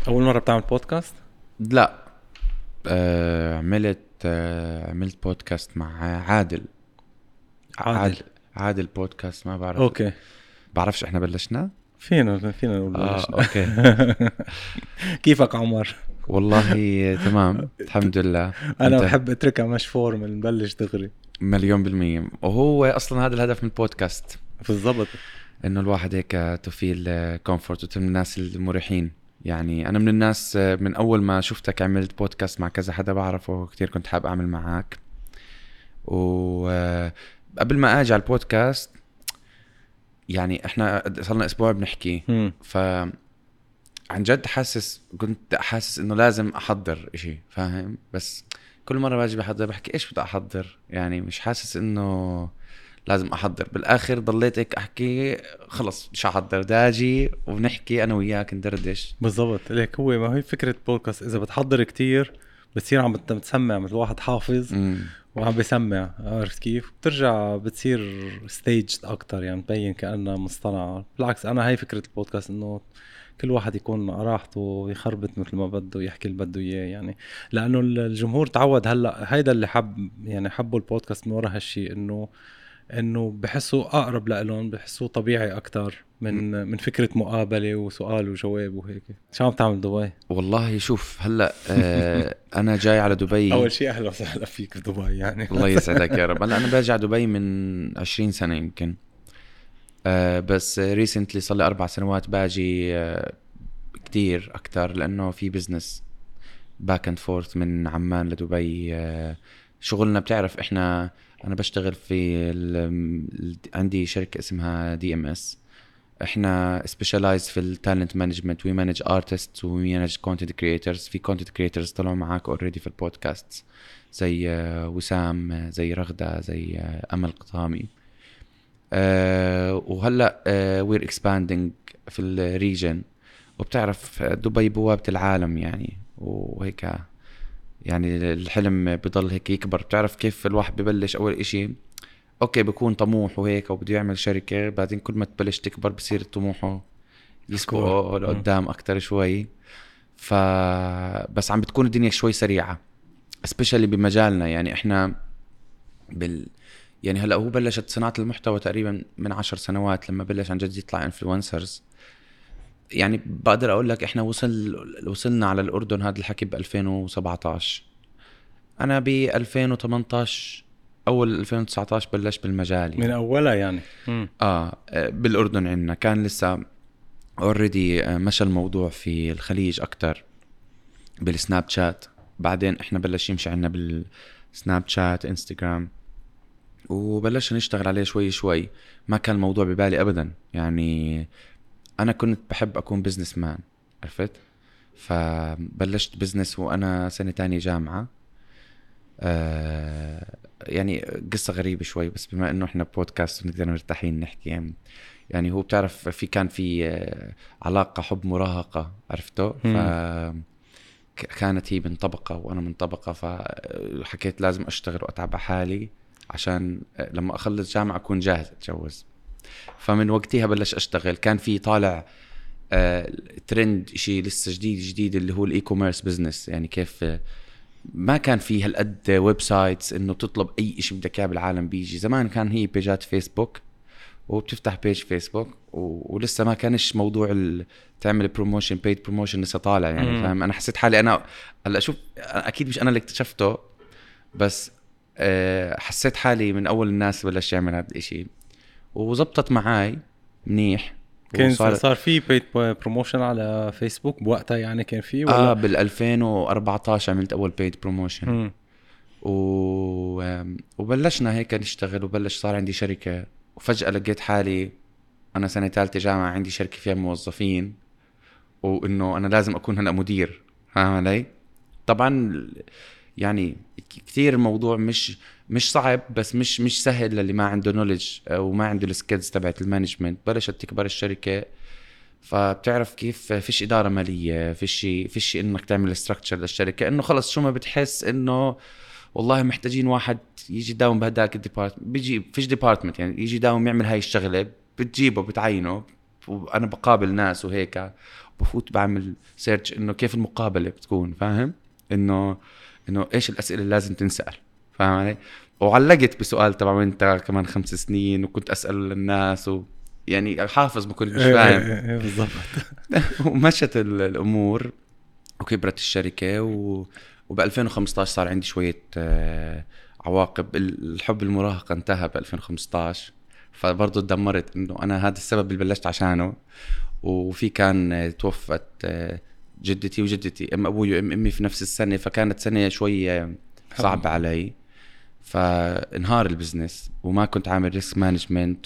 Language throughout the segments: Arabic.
اول مره بتعمل بودكاست؟ لا. عملت بودكاست مع عادل. عادل. عادل بودكاست، ما بعرف. اوكي. بعرفش احنا بلشنا. فينا نقول بلشنا. اوكي. كيفك عمر؟ والله تمام الحمد لله. انا انت؟ بحب اتركها مشفور من نبلش دغري. 1,000,000%. وهو اصلا هذا الهدف من البودكاست، بالضبط. انه الواحد هيك تفيل كومفورت وتم الناس المريحين. يعني انا من الناس، من اول ما شفتك عملت بودكاست مع كذا حدا بعرفه كتير كنت حابب اعمل معك. وقبل ما اجي على البودكاست، يعني احنا صلنا اسبوع بنحكي. ف عن جد كنت حاسس انه لازم احضر اشي، فاهم؟ بس كل مرة باجي بحضر بحكي ايش بدي احضر، يعني مش حاسس انه لازم احضر. بالاخر ضليت هيك احكي خلص مش هحضر، داجي وبنحكي انا وياك ندردش. بالضبط ليك، هو ما هي فكره بودكاست، اذا بتحضر كتير بتصير عم بتسمع مثل واحد حافظ امم وعم بيسمع، عارف كيف؟ بترجع بتصير ستيج اكتر، يعني مبين كأنها مصطنعة. بالعكس انا هاي فكرة البودكاست، انه كل واحد يكون على راحته ويخربط مثل ما بده ويحكي اللي بده اياه، يعني لانه الجمهور تعود. هلا هيدا اللي يعني حبوا البودكاست من ورا هالشي، انه بحسوا اقرب لهم، بحسوا طبيعي اكتر من فكرة مقابلة وسؤال وجواب وهيك. شو عم تعمل دبي؟ والله شوف هلا، انا جاي على دبي. اول شيء اهلا وسهلا فيك في دبي يعني. الله يسعدك يا رب. هلا انا باجي على دبي من 20 سنة يمكن. بس ريسنتلي صار لي 4 سنوات باجي كتير أكتر، لأنه في بزنس باك اند فورث من عمان لدبي. شغلنا بتعرف إحنا، أنا بشتغل في عندي شركة اسمها DMS. إحنا سبيشالايز في التالنت مانجمنت. وي مانج ارتست وي مانج كونتنت كريترز. في كونتنت كريترز طلعوا معاك اوريدي في البودكاست، زي وسام، زي رغدة، زي أمل قطامي. وهلا وير اكسباندينج في الريجن. وبتعرف دبي بوابة العالم يعني، وهيك يعني الحلم بضل هيك يكبر. بتعرف كيف الواحد ببلش اول اشي اوكي بكون طموح وهيك وبده يعمل شركة، بعدين كل ما تبلش تكبر بصير طموحه مشكور. يسبقه لقدام اكتر شوي. ف بس عم بتكون الدنيا شوي سريعة، especially بمجالنا. يعني احنا يعني هلا هو بلشت صناعة المحتوى تقريبا من 10 سنوات لما بلش عن جد يطلع انفلونسرز. يعني بقدر اقول لك احنا وصلنا على الاردن هذا الحكي ب 2017. انا ب 2018 اول 2019 بلشت بالمجال من يعني. اولها يعني. بالاردن عندنا كان لسه اوريدي مشى الموضوع في الخليج اكتر بالسناب شات. بعدين احنا بلش يمشي عنا بالسناب شات انستغرام، وبلشنا نشتغل عليه شوي شوي. ما كان الموضوع ببالي ابدا يعني. انا كنت بحب اكون بزنس مان، عرفت؟ فبلشت بزنس وانا سنة تانية جامعة. يعني قصة غريبة شوي، بس بما انه احنا بودكاست ونقدر مرتاحين نحكي يعني هو بتعرف كان في علاقة حب مراهقة، عرفته؟ كانت هي من طبقة وانا من طبقة، فحكيت لازم اشتغل واتعب على حالي عشان لما اخلص جامعة اكون جاهز اتجوز. فمن وقتها بلش اشتغل. كان في طالع ترند اشي لسه جديد اللي هو الاي كوميرس بزنس. يعني كيف ما كان في هالقد ويب سايتس انه تطلب اي اشي بدك اياه بالعالم بيجي. زمان كان هي بيجات فيسبوك، وبتفتح بيج فيسبوك ولسه ما كانش موضوع تعمل بروموشن بيد بروموشن لسه طالع يعني. فاهم؟ انا حسيت حالي انا هلا شوف، اكيد مش انا اللي اكتشفته، بس حسيت حالي من اول الناس بلش يعمل هذا الاشي وزبطت معاي منيح. كان وصار صار في بيت بروموشن على فيسبوك بوقتها يعني، كان في ولا؟ بال 2014 عملت اول بيد بروموشن. مم. و... وبلشنا هيك نشتغل، وبلش صار عندي شركة. وفجأة لقيت حالي انا سنة ثالثة جامعة عندي شركة فيها موظفين، وانه انا لازم اكون هلا مدير. فاهم علي؟ طبعا يعني كثير الموضوع مش صعب، بس مش سهل للي ما عنده نولج وما عنده السكيلز تبعت المانجمنت. بلشت تكبر الشركة، فبتعرف كيف فيش إدارة مالية، فيش إنك تعمل ستراكتشر للشركة، إنه خلص شو ما بتحس إنه والله محتاجين واحد يجي يداوم بهداك الديبارتمنت، بيجي فيش ديبارتمنت يعني يجي يداوم يعمل هاي الشغلة، بتجيبه بتعينه وانا بقابل ناس وهيك بفوت بعمل سيرش انه كيف المقابله بتكون، فاهم؟ انه ايش الاسئله اللي لازم تنسال، فاهم علي؟ وعلقت بسؤال تبع انت كمان 5 سنين، وكنت اسال الناس يعني حافظ ما كنت مش فاهم. بالضبط. ومشت الامور وكبرت الشركه وب 2015 صار عندي شويه عواقب. الحب المراهقه انتهى ب 2015، فبرضه تدمرت انه انا هذا السبب اللي بلشت عشانه. وفي كان توفت جدتي وجدتي، ام ابوي وام امي في نفس السنه، فكانت سنه شوي صعبه علي. فانهار البزنس وما كنت عامل ريسك مانجمنت،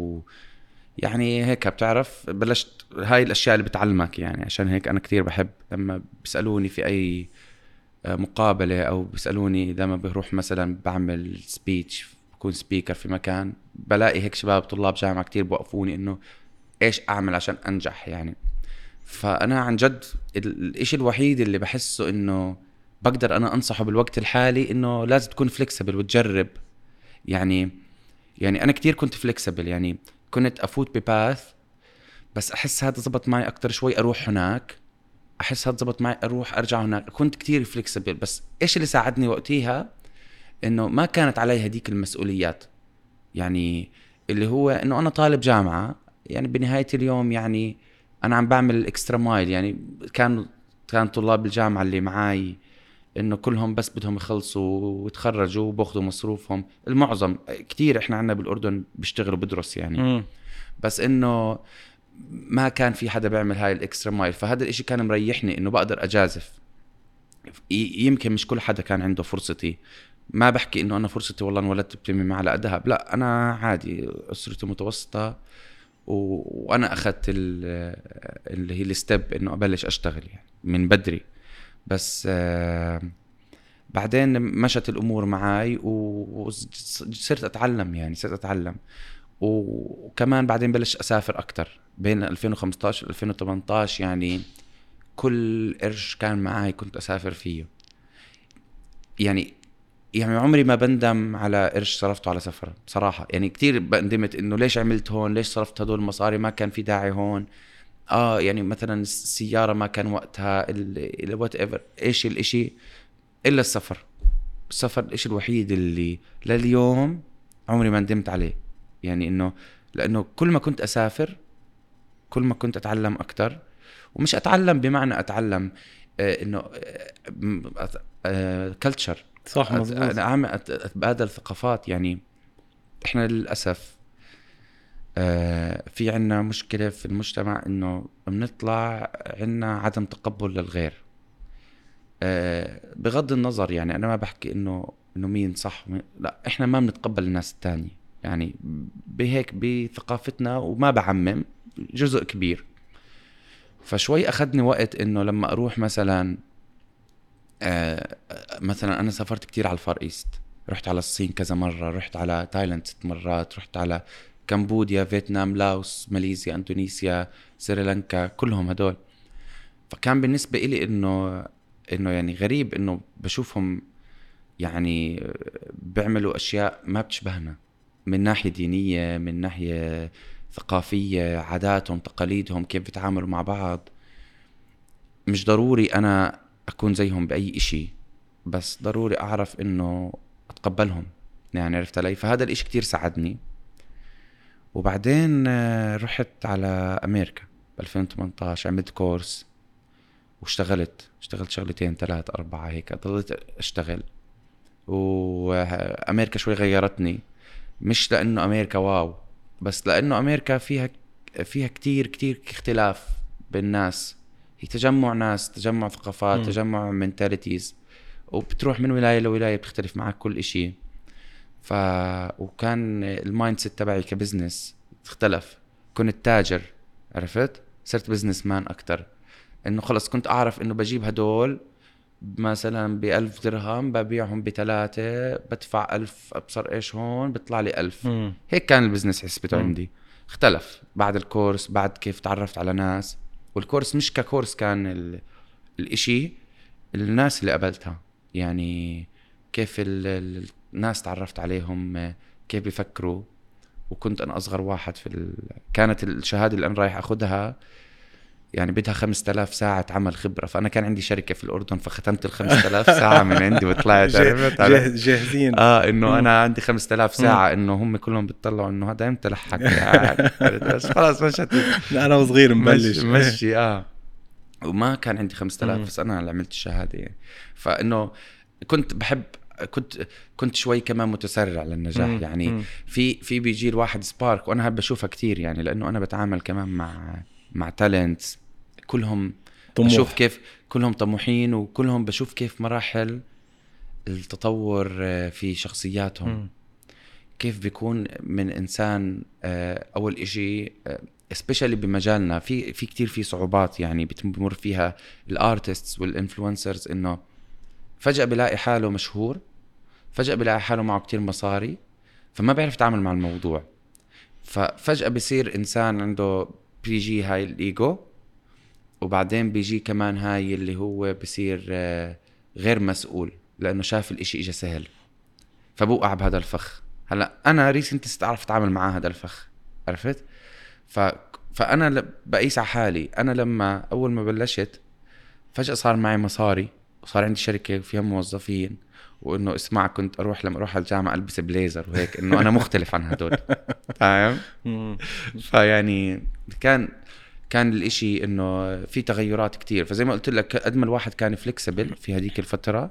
يعني هيك بتعرف بلشت هاي الاشياء اللي بتعلمك. يعني عشان هيك انا كتير بحب لما بيسالوني في اي مقابله، او بيسالوني لما بروح مثلا بعمل سبيتش، بكون سبيكر في مكان، بلاقي هيك شباب طلاب جامعه كتير بوقفوني انه ايش اعمل عشان انجح يعني. فانا عن جد الاشي الوحيد اللي بحسه انه بقدر انا انصحه بالوقت الحالي انه لازم تكون فليكسبل وتجرب. يعني انا كتير كنت فليكسبل، يعني كنت افوت بباث بس احس هذا زبط معي اكتر شوي اروح هناك، احس هذا زبط معي اروح ارجع هناك. كنت كتير فليكسبل، بس ايش اللي ساعدني وقتها انه ما كانت علي هديك المسؤوليات. يعني اللي هو انه انا طالب جامعة، يعني بنهاية اليوم يعني انا عم بعمل الاكسترا مايل. يعني كان طلاب الجامعة اللي معاي انه كلهم بس بدهم يخلصوا ويتخرجوا وباخذوا مصروفهم. المعظم كتير احنا عنا بالاردن بيشتغلوا بدرس يعني، بس انه ما كان في حدا بيعمل هاي الاكسترا مايل. فهذا الاشي كان مريحني انه بقدر اجازف. يمكن مش كل حدا كان عنده فرصتي، ما بحكي انه انا فرصتي والله انولدت بتميمة على ذهب، لا انا عادي اسرتي متوسطة وانا اخذت اللي هي الستيب انه ابلش اشتغل يعني من بدري. بس بعدين مشت الامور معي وصرت اتعلم، يعني صرت اتعلم. وكمان بعدين بلش اسافر اكتر بين 2015 و 2018. يعني كل قرش كان معي كنت اسافر فيه. يعني عمري ما بندم على قرش صرفته على سفر بصراحة. يعني كتير بندمت انه ليش عملت هون، ليش صرفت هدول المصاري، ما كان في داعي هون. يعني مثلا السيارة ما كان وقتها وات ايفر ايش الاشي، الا السفر. السفر الاشي الوحيد اللي لليوم عمري ما ندمت عليه. يعني لانه كل ما كنت اسافر كل ما كنت اتعلم اكتر. ومش اتعلم بمعنى اتعلم انه كلتشر، صح مزبوط. اتبادل ثقافات. يعني احنا للاسف في عنا مشكلة في المجتمع انه بنطلع عنا عدم تقبل للغير. بغض النظر، يعني انا ما بحكي انه مين صح لا، احنا ما بنتقبل الناس التانية يعني بهيك بثقافتنا، وما بعمم جزء كبير. فشوي اخذني وقت انه لما اروح مثلا مثلا انا سافرت كتير على الفار ايست، رحت على الصين كذا مرة، رحت على تايلاند 6 مرات، رحت على كمبوديا، فيتنام، لاوس، ماليزيا، اندونيسيا، سريلانكا، كلهم هدول. فكان بالنسبة إلي إنه يعني غريب إنه بشوفهم يعني بيعملوا أشياء ما بتشبهنا، من ناحية دينية، من ناحية ثقافية، عاداتهم، تقاليدهم، كيف بيتعاملوا مع بعض. مش ضروري أنا أكون زيهم بأي إشي، بس ضروري أعرف إنه أتقبلهم. يعني عرفت علي؟ فهذا الإشي كتير ساعدني. وبعدين رحت على أمريكا ب 2018، عملت كورس واشتغلت 2 3 4 هيك، ضليت اشتغل. وامريكا شوي غيرتني، مش لانه امريكا واو، بس لانه امريكا فيها كتير كتير اختلاف بين الناس. هي تجمع ناس، تجمع ثقافات، تجمع منتاليتيز، وبتروح من ولاية لولاية بتختلف معك كل اشي. وكان المايند سيت تبعي كبزنس اختلف. كنت تاجر، عرفت؟ صرت بزنس مان اكتر. انه خلص كنت اعرف انه بجيب هدول مثلا ب1000 درهم، ببيعهم ب3، بدفع 1000، ابصر ايش هون بيطلع لي 1000. هيك كان البزنس حسبته عندي. اختلف بعد الكورس، بعد كيف تعرفت على ناس. والكورس مش ككورس، كان الاشي الناس اللي قابلتها. يعني كيف الناس تعرفت عليهم، كيف بيفكروا، وكنت انا اصغر واحد كانت الشهاده اللي انا رايح اخذها يعني بدها 5000 ساعة عمل خبرة. فأنا كان عندي شركة في الأردن فختمت 5000 ساعة من عندي وطلعت جاهزين. إنه أنا عندي 5000 ساعة إنه هم كلهم بيطلعوا إنه هذا إمتى لحق يعني خلاص مشت. أنا وصغير مبلش مشي وما كان عندي 5000 بس أنا اللي عملت الشهادة يعني. فإنه كنت بحب كنت شوي كمان متسرع للنجاح يعني. في بيجي الواحد سبارك وأنا بشوفها كتير يعني لأنه أنا بتعامل كمان مع تالنتس كلهم طموح. بشوف كيف كلهم طموحين وكلهم بشوف كيف مراحل التطور في شخصياتهم. كيف بيكون من إنسان أول إشي especially بمجالنا في كتير في صعوبات يعني بتمر فيها الارتستس والانفلونسرز، إنه فجأة بلاقي حاله مشهور، فجأة بلاقي حاله معه كتير مصاري، فما بيعرف يتعامل مع الموضوع. ففجأة بيصير إنسان عنده بيجي هاي الإيجو، وبعدين بيجي كمان هاي اللي هو بصير غير مسؤول لأنه شاف الإشي إجا سهل فبوقع بهذا الفخ. هلأ أنا ريسنت استعرف أتعامل مع هذا الفخ، عرفت؟ فأنا بقيس على حالي. أنا لما أول ما بلشت فجأة صار معي مصاري وصار عندي شركة فيها موظفين، وإنه اسمع كنت لما أروح الجامعة ألبس بليزر وهيك، إنه أنا مختلف عن هدول فاهم؟ فيعني كان الاشي انه في تغيرات كتير. فزي ما قلت لك قد ما الواحد كان فليكسبل في هذيك الفترة،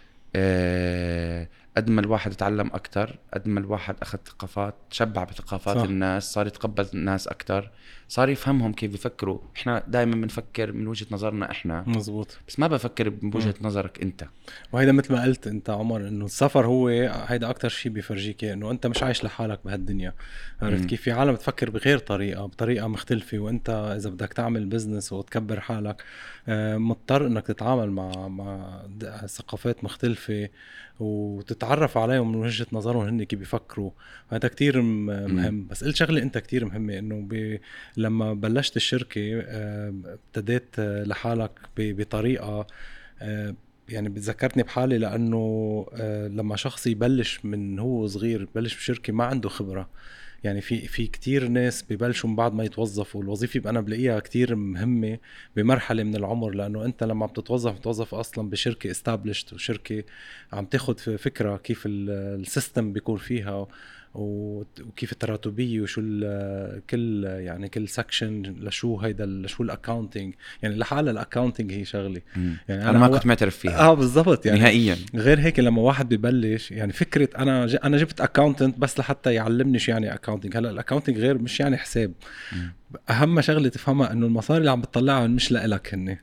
قد ما الواحد اتعلم اكتر، قد ما الواحد اخذ ثقافات، تشبع بثقافات صح. الناس، صار يتقبل الناس اكتر، صار يفهمهم كيف يفكروا. احنا دائما بنفكر من وجهة نظرنا احنا مزبوط، بس ما بفكر من وجهة نظرك انت. وهيدا مثل ما قلت انت عمر، انه السفر هو هيدا اكتر شيء بيفرجيك انه انت مش عايش لحالك بهالدنيا. عرفت كيف؟ في عالم تفكر بغير بطريقة مختلفة، وانت اذا بدك تعمل بزنس وتكبر حالك مضطر انك تتعامل مع ثقافات مختلفة وتتعرف عليهم من وجهة نظرهم هن كيف بيفكروا. هذا كتير مهم. بس قلت شغلة انت كتير مهمة، انه لما بلشت الشركة ابتديت لحالك بطريقة يعني بتذكرتني بحالي، لأنه لما شخص يبلش من هو صغير، ببلش بشركة ما عنده خبرة. يعني في كتير ناس ببلشوا من بعد ما يتوظفوا. الوظيفة أنا بلاقيها كتير مهمة بمرحلة من العمر، لأنه أنت لما بتتوظف أصلا بشركة established وشركة عم تاخد فكرة كيف السيستم بيكون فيها وكيف التراتبية وشو كل سكشن لشو هيدا شو الاكاونتينج. يعني لحالة الاكاونتينج هي شغلة يعني انا ما كنت معترف فيها بالضبط يعني نهائيا. غير هيك لما واحد ببلش يعني فكرة انا جبت اكاونتنت بس لحتى يعلمني شو يعني اكاونتينج. هلا الاكاونتينج غير، مش يعني حساب. اهم شغلة تفهمها انه المصاري اللي عم بتطلعها مش لإلك هني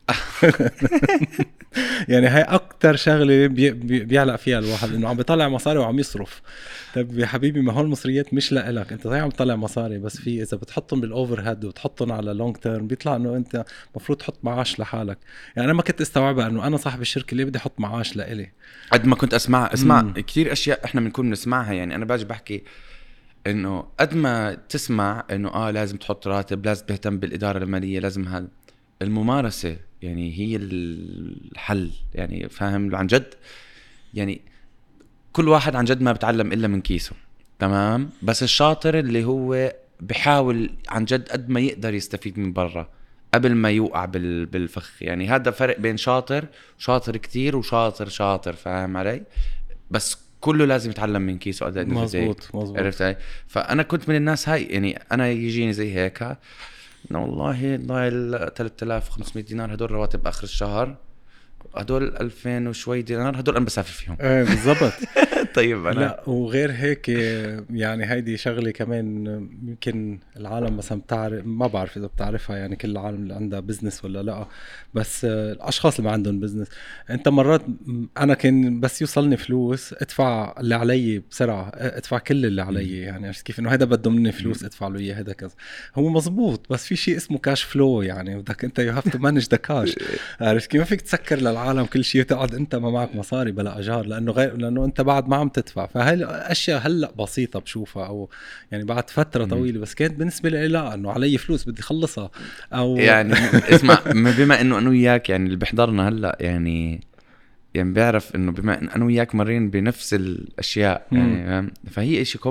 يعني هاي اكتر شغلة بيعلق فيها الواحد، انه عم بيطلع مصاري وعم يصرف. طب يا حبيبي، ما هو المصريات مش لإلك انت، عم تطلع مصاري بس في اذا بتحطهم بالاوفر هيد وتحطهم على لونج تيرم بيطلع انه انت مفروض تحط معاش لحالك. يعني انا ما كنت استوعبها انه انا صاحب الشركة اللي بدي احط معاش لإلي. قد ما كنت اسمع كتير اشياء احنا بنكون نسمعها. يعني انا باجي بحكي انه قد ما تسمع انه لازم تحط راتب، لازم تهتم بالاداره الماليه، لازم هذا الممارسه يعني هي الحل. يعني فاهم عن جد؟ يعني كل واحد عن جد ما بتعلم الا من كيسه، تمام؟ بس الشاطر اللي هو بحاول عن جد قد ما يقدر يستفيد من برا قبل ما يوقع بالفخ. يعني هذا فرق بين شاطر كتير وشاطر، فاهم علي؟ بس كله لازم يتعلم من كيسه. مظبوط. عرفت؟ فانا كنت من الناس هاي، يعني انا يجيني زي هيك انه والله ال 3500 دينار هدول رواتب اخر الشهر، هدول 2000 وشوي دينار هدول انا بسافر فيهم. بالضبط. طيب انا لا وغير هيك يعني هيدي شغله كمان يمكن العالم مثلا بتعرف، ما بعرف اذا بتعرفها، يعني كل العالم اللي عندها بزنس ولا لا، بس الاشخاص اللي ما عندهم بزنس، انت مرات انا كان بس يوصلني فلوس ادفع اللي علي بسرعه، ادفع كل اللي علي. يعني عرفت كيف؟ انه هذا بده مني فلوس ادفع له اياه، هذا كذا. هو مزبوط، بس في شيء اسمه كاش فلو. يعني بدك انت يو هاف تو مانج ذا كاش. عرفت كيف؟ ما فيك تسكر للعالم كل شيء وتقعد انت ما معك مصاري بلا اجار، لانه انت بعد ما عم تدفع. فهاي الاشياء هلا بسيطه بشوفها، او يعني بعد فتره طويله، بس كانت بالنسبه لي لا، انه علي فلوس بدي اخلصها. او يعني اسمع، بما انه انا وياك يعني اللي بيحضرنا هلا يعني بيعرف انه بما ان انا وياك مرين بنفس الاشياء يعني، فهي اشي كومون.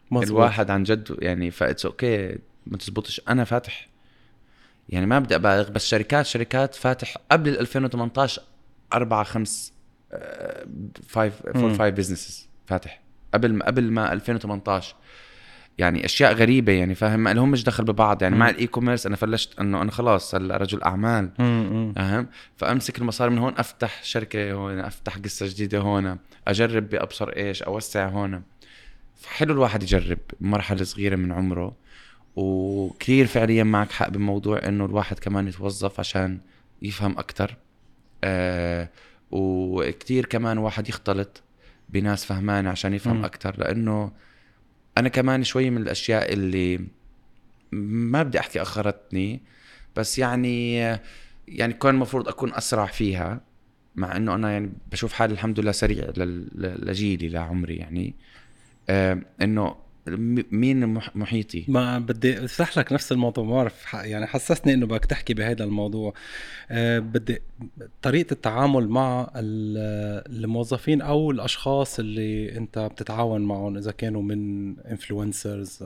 الواحد عن جد يعني فاتس اوكي ما تزبطش. انا فاتح يعني ما بدي ابالغ بس شركات فاتح قبل 2018 4 5 5 بزنسز فاتح قبل ما 2018 يعني اشياء غريبه يعني فاهم ما لهم مش دخل ببعض يعني مع الاي كوميرس انا فلشت انه انا خلاص هلا رجل اعمال فاهم فامسك المصاري من هون افتح شركه هون افتح قصه جديده هون اجرب بابصر ايش اوسع هون. فحلو الواحد يجرب مرحله صغيره من عمره وكثير فعليا معك حق بموضوع انه الواحد كمان يتوظف عشان يفهم اكتر وكثير كمان واحد يختلط بناس فهمانة عشان يفهم اكتر لانه انا كمان شوي من الاشياء اللي ما بدي احكي اخرتني بس يعني كان المفروض اكون اسرع فيها مع انه انا يعني بشوف حالي الحمد لله سريع لجيلي لعمري يعني انه مين محيطي. ما بدي افتح لك نفس الموضوع ما بعرف يعني حسسني انه بدك تحكي بهذا الموضوع. بدي طريقة التعامل مع الموظفين او الاشخاص اللي انت بتتعاون معهم اذا كانوا من انفلونسرز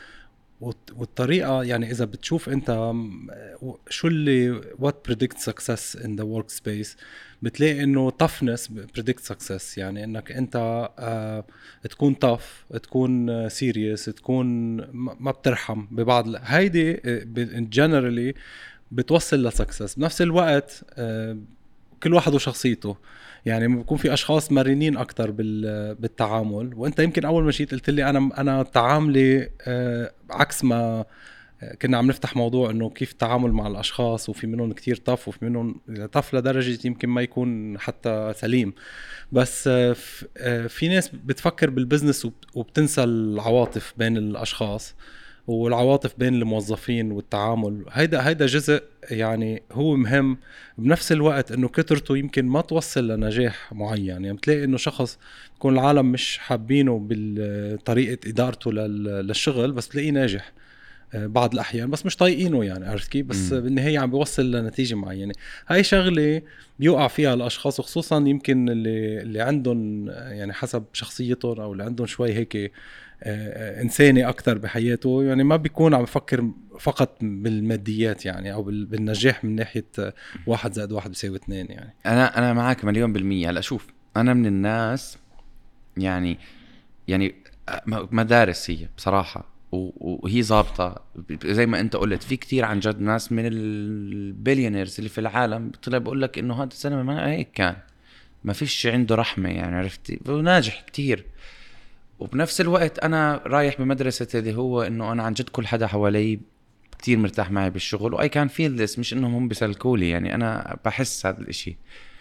والطريقة يعني إذا بتشوف أنت شو اللي what predicts success in the workspace بتلاقي إنه toughness predict success يعني إنك أنت تكون tough تكون serious تكون ما بترحم ببعض هيدي generally بتوصل لسكسس. بنفس الوقت كل واحد وشخصيته يعني بيكون في اشخاص مرنين اكتر بالتعامل وانت يمكن اول ما جيت قلت لي انا تعاملي عكس ما كنا عم نفتح موضوع انه كيف التعامل مع الاشخاص وفي منهم كتير طف وفي منهم طف لدرجة يمكن ما يكون حتى سليم بس في ناس بتفكر بالبزنس وبتنسى العواطف بين الاشخاص والعواطف بين الموظفين والتعامل هيدا جزء يعني هو مهم. بنفس الوقت انه كترته يمكن ما توصل لنجاح معين يعني بتلاقي انه شخص يكون العالم مش حابينه بالطريقة ادارته للشغل بس تلاقيه ناجح بعض الأحيان بس مش طايقينه يعني عرفت كيف بس بالنهاية عم بيوصل لنتيجة معينة. هاي شغلة بيوقع فيها الأشخاص وخصوصا يمكن اللي عندهم يعني حسب شخصيتهم أو اللي عندهم شوي هيك إنساني أكتر بحياته يعني ما بيكون عم يفكر فقط بالماديات يعني أو بالنجاح من ناحية 1+1=2 يعني. أنا معك 1,000,000%. هلا شوف أنا من الناس يعني مدارس هي بصراحة وهي ضابطة زي ما انت قلت في كتير عن جد ناس من البليونيرز اللي في العالم طلع بقول لك انه هذا الزلمه ما هيك كان ما فيش عنده رحمة يعني عرفتي وناجح كتير. وبنفس الوقت انا رايح بمدرسة اللي هو انه انا عن جد كل حدا حوالي كتير مرتاح معي بالشغل واي كان فيل ذس مش انهم هم بيسلكولي يعني انا بحس هذا الاشي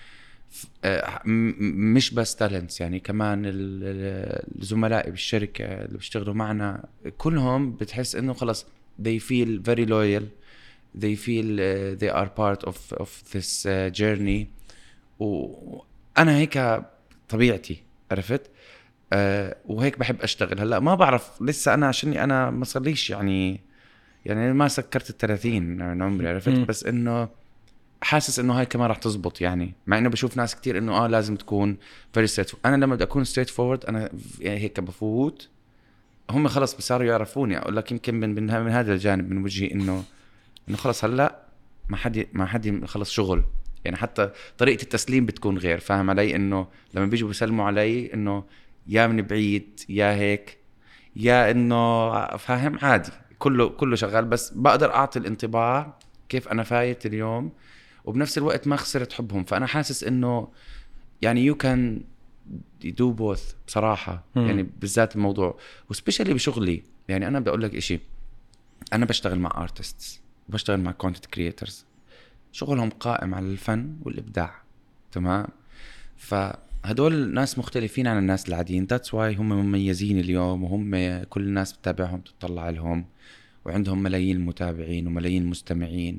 مش بس تالنتس يعني كمان الزملاء بالشركة اللي بيشتغلوا معنا كلهم بتحس انه خلص they feel very loyal they feel they are part of this journey وانا هيك طبيعتي عرفت وهيك بحب اشتغل. هلا ما بعرف لسه انا عشاني انا ما صارليش يعني ما سكرت 30 من عمري عرفت بس انه حاسس انه هاي كمان راح تزبط يعني مع انه بشوف ناس كتير انه لازم تكون very straight. انا لما بدي اكون straight forward انا يعني هيك بفوت هم خلص بصاروا يعرفوني اقول لك يمكن من هذا الجانب من وجهي انه خلص هلا ما حد خلص شغل يعني حتى طريقة التسليم بتكون غير فاهم علي انه لما بيجوا بيسلموا علي انه يا من بعيد يا هيك يا انه فاهم عادي كله شغال بس بقدر اعطي الانطباع كيف انا فايت اليوم وبنفس الوقت ما خسرت حبهم. فأنا حاسس إنه يعني you can do both بصراحة يعني بالذات الموضوع وسبيشالي بشغلي يعني أنا بدي أقول لك إشي أنا بشتغل مع artists بشتغل مع content creators شغلهم قائم على الفن والإبداع تمام. فهدول ناس مختلفين عن الناس العاديين that's why هم مميزين اليوم وهم كل الناس بتتابعهم تطلع لهم وعندهم ملايين المتابعين وملايين المستمعين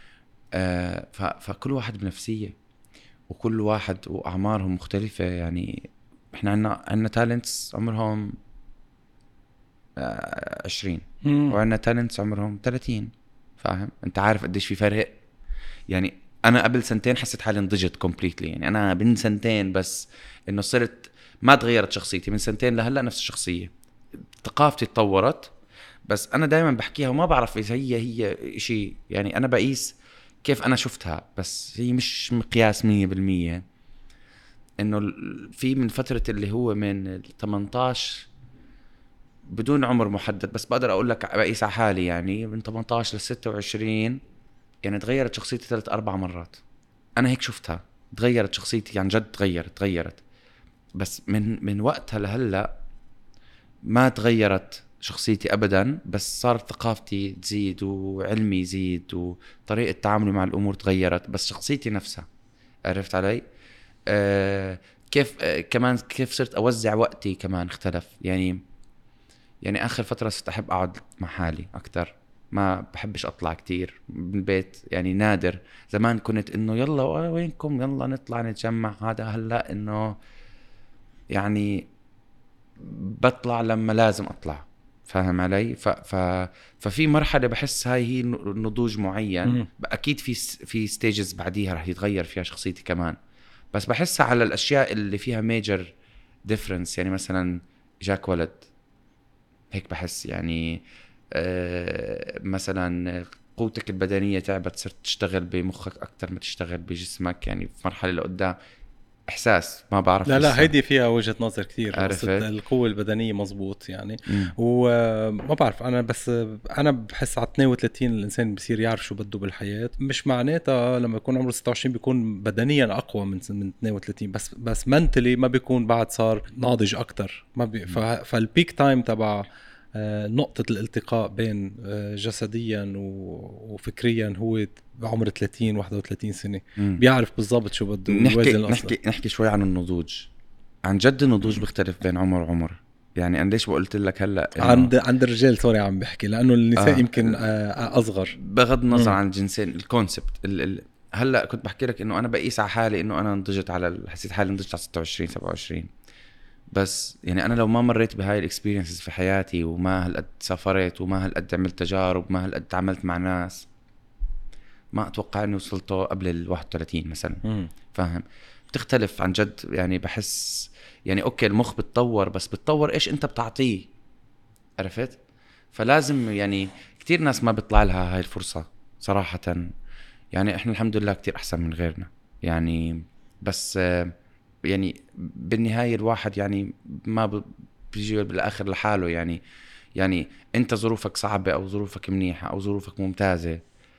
فكل واحد بنفسية وكل واحد وأعمارهم مختلفة يعني إحنا عنا تالنتس عمرهم 20 وعنا تالنتس عمرهم 30 فاهم أنت عارف قديش في فرق يعني. أنا قبل سنتين حسيت حالي انضجت كومبليتلي يعني أنا بين سنتين بس إنه صرت ما تغيرت شخصيتي من سنتين لهلأ نفس الشخصية ثقافتي تطورت. بس انا دائما بحكيها وما بعرف اذا هي شيء، يعني انا بقيس كيف انا شفتها، بس هي مش مقياس 100%. انه في من فترة اللي هو من 18 بدون عمر محدد، بس بقدر اقول لك بقيس على حالي، يعني من 18 ل 26 يعني تغيرت شخصيتي 3-4 مرات. انا هيك شفتها، تغيرت شخصيتي عن جد، تغيرت. بس من وقتها لهلا ما تغيرت شخصيتي ابدا، بس صارت ثقافتي تزيد وعلمي يزيد وطريقة تعاملي مع الامور تغيرت، بس شخصيتي نفسها. عرفت علي؟ كيف كمان كيف صرت اوزع وقتي كمان اختلف. يعني اخر فترة صرت احب اقعد مع حالي اكتر، ما بحبش اطلع كتير من البيت، يعني نادر. زمان كنت انه يلا وينكم، يلا نطلع نتجمع. هذا هلا انه يعني بطلع لما لازم اطلع. فاهم علي؟ ففي مرحله بحس هاي هي نضوج معين. اكيد في ستيجز بعديها رح يتغير فيها شخصيتي كمان، بس بحسها على الاشياء اللي فيها ميجر ديفرنس. يعني مثلا جاك ولد هيك بحس، يعني مثلا قوتك البدنيه تعبت، صرت تشتغل بمخك اكتر ما تشتغل بجسمك، يعني في مرحله لقدام. احساس ما بعرف لا لسه. هيدي فيها وجهة نظر كتير، قصة عرفت. القوة البدنية مزبوط يعني. وما بعرف أنا، بس أنا بحس على 32 الإنسان بصير يعرف شو بده بالحياة. مش معناتها لما يكون عمره 26 بيكون بدنيا أقوى من 32، بس منتلي ما بيكون بعد صار ناضج أكتر. ما فالبيك تايم تبع نقطة الالتقاء بين جسديا وفكريا هو بعمر 30-31 سنة. بيعرف بالضبط شو بده ويوازن أصلا. نحكي شوي عن النضوج. عن جد النضوج بيختلف بين عمر وعمر. يعني انا ليش قلت لك هلا انه عند الرجال سوري عم بحكي، لانه النساء يمكن اصغر. بغض النظر عن الجنسين، الكونسبت هلا كنت بحكي لك انه انا بقيس على حالي انه انا نضجت حسيت حالي نضجت على 26-27. بس يعني انا لو ما مريت بهاي الاكسبيرينسز في حياتي، وما هالقد سافرت، وما هالقد عملت تجارب، ما هالقد تعاملت مع ناس، ما اتوقع اني وصلته قبل ال 31 مثلا. فاهم؟ بتختلف عن جد. يعني بحس يعني اوكي المخ بتطور، بس بتطور ايش انت بتعطيه. عرفت؟ فلازم يعني كتير ناس ما بيطلع لها هاي الفرصة صراحة. يعني احنا الحمد لله كتير احسن من غيرنا يعني. بس يعني بالنهاية الواحد يعني ما بيجي بالاخر لحاله. يعني انت ظروفك صعبة او ظروفك منيحة او ظروفك ممتازة،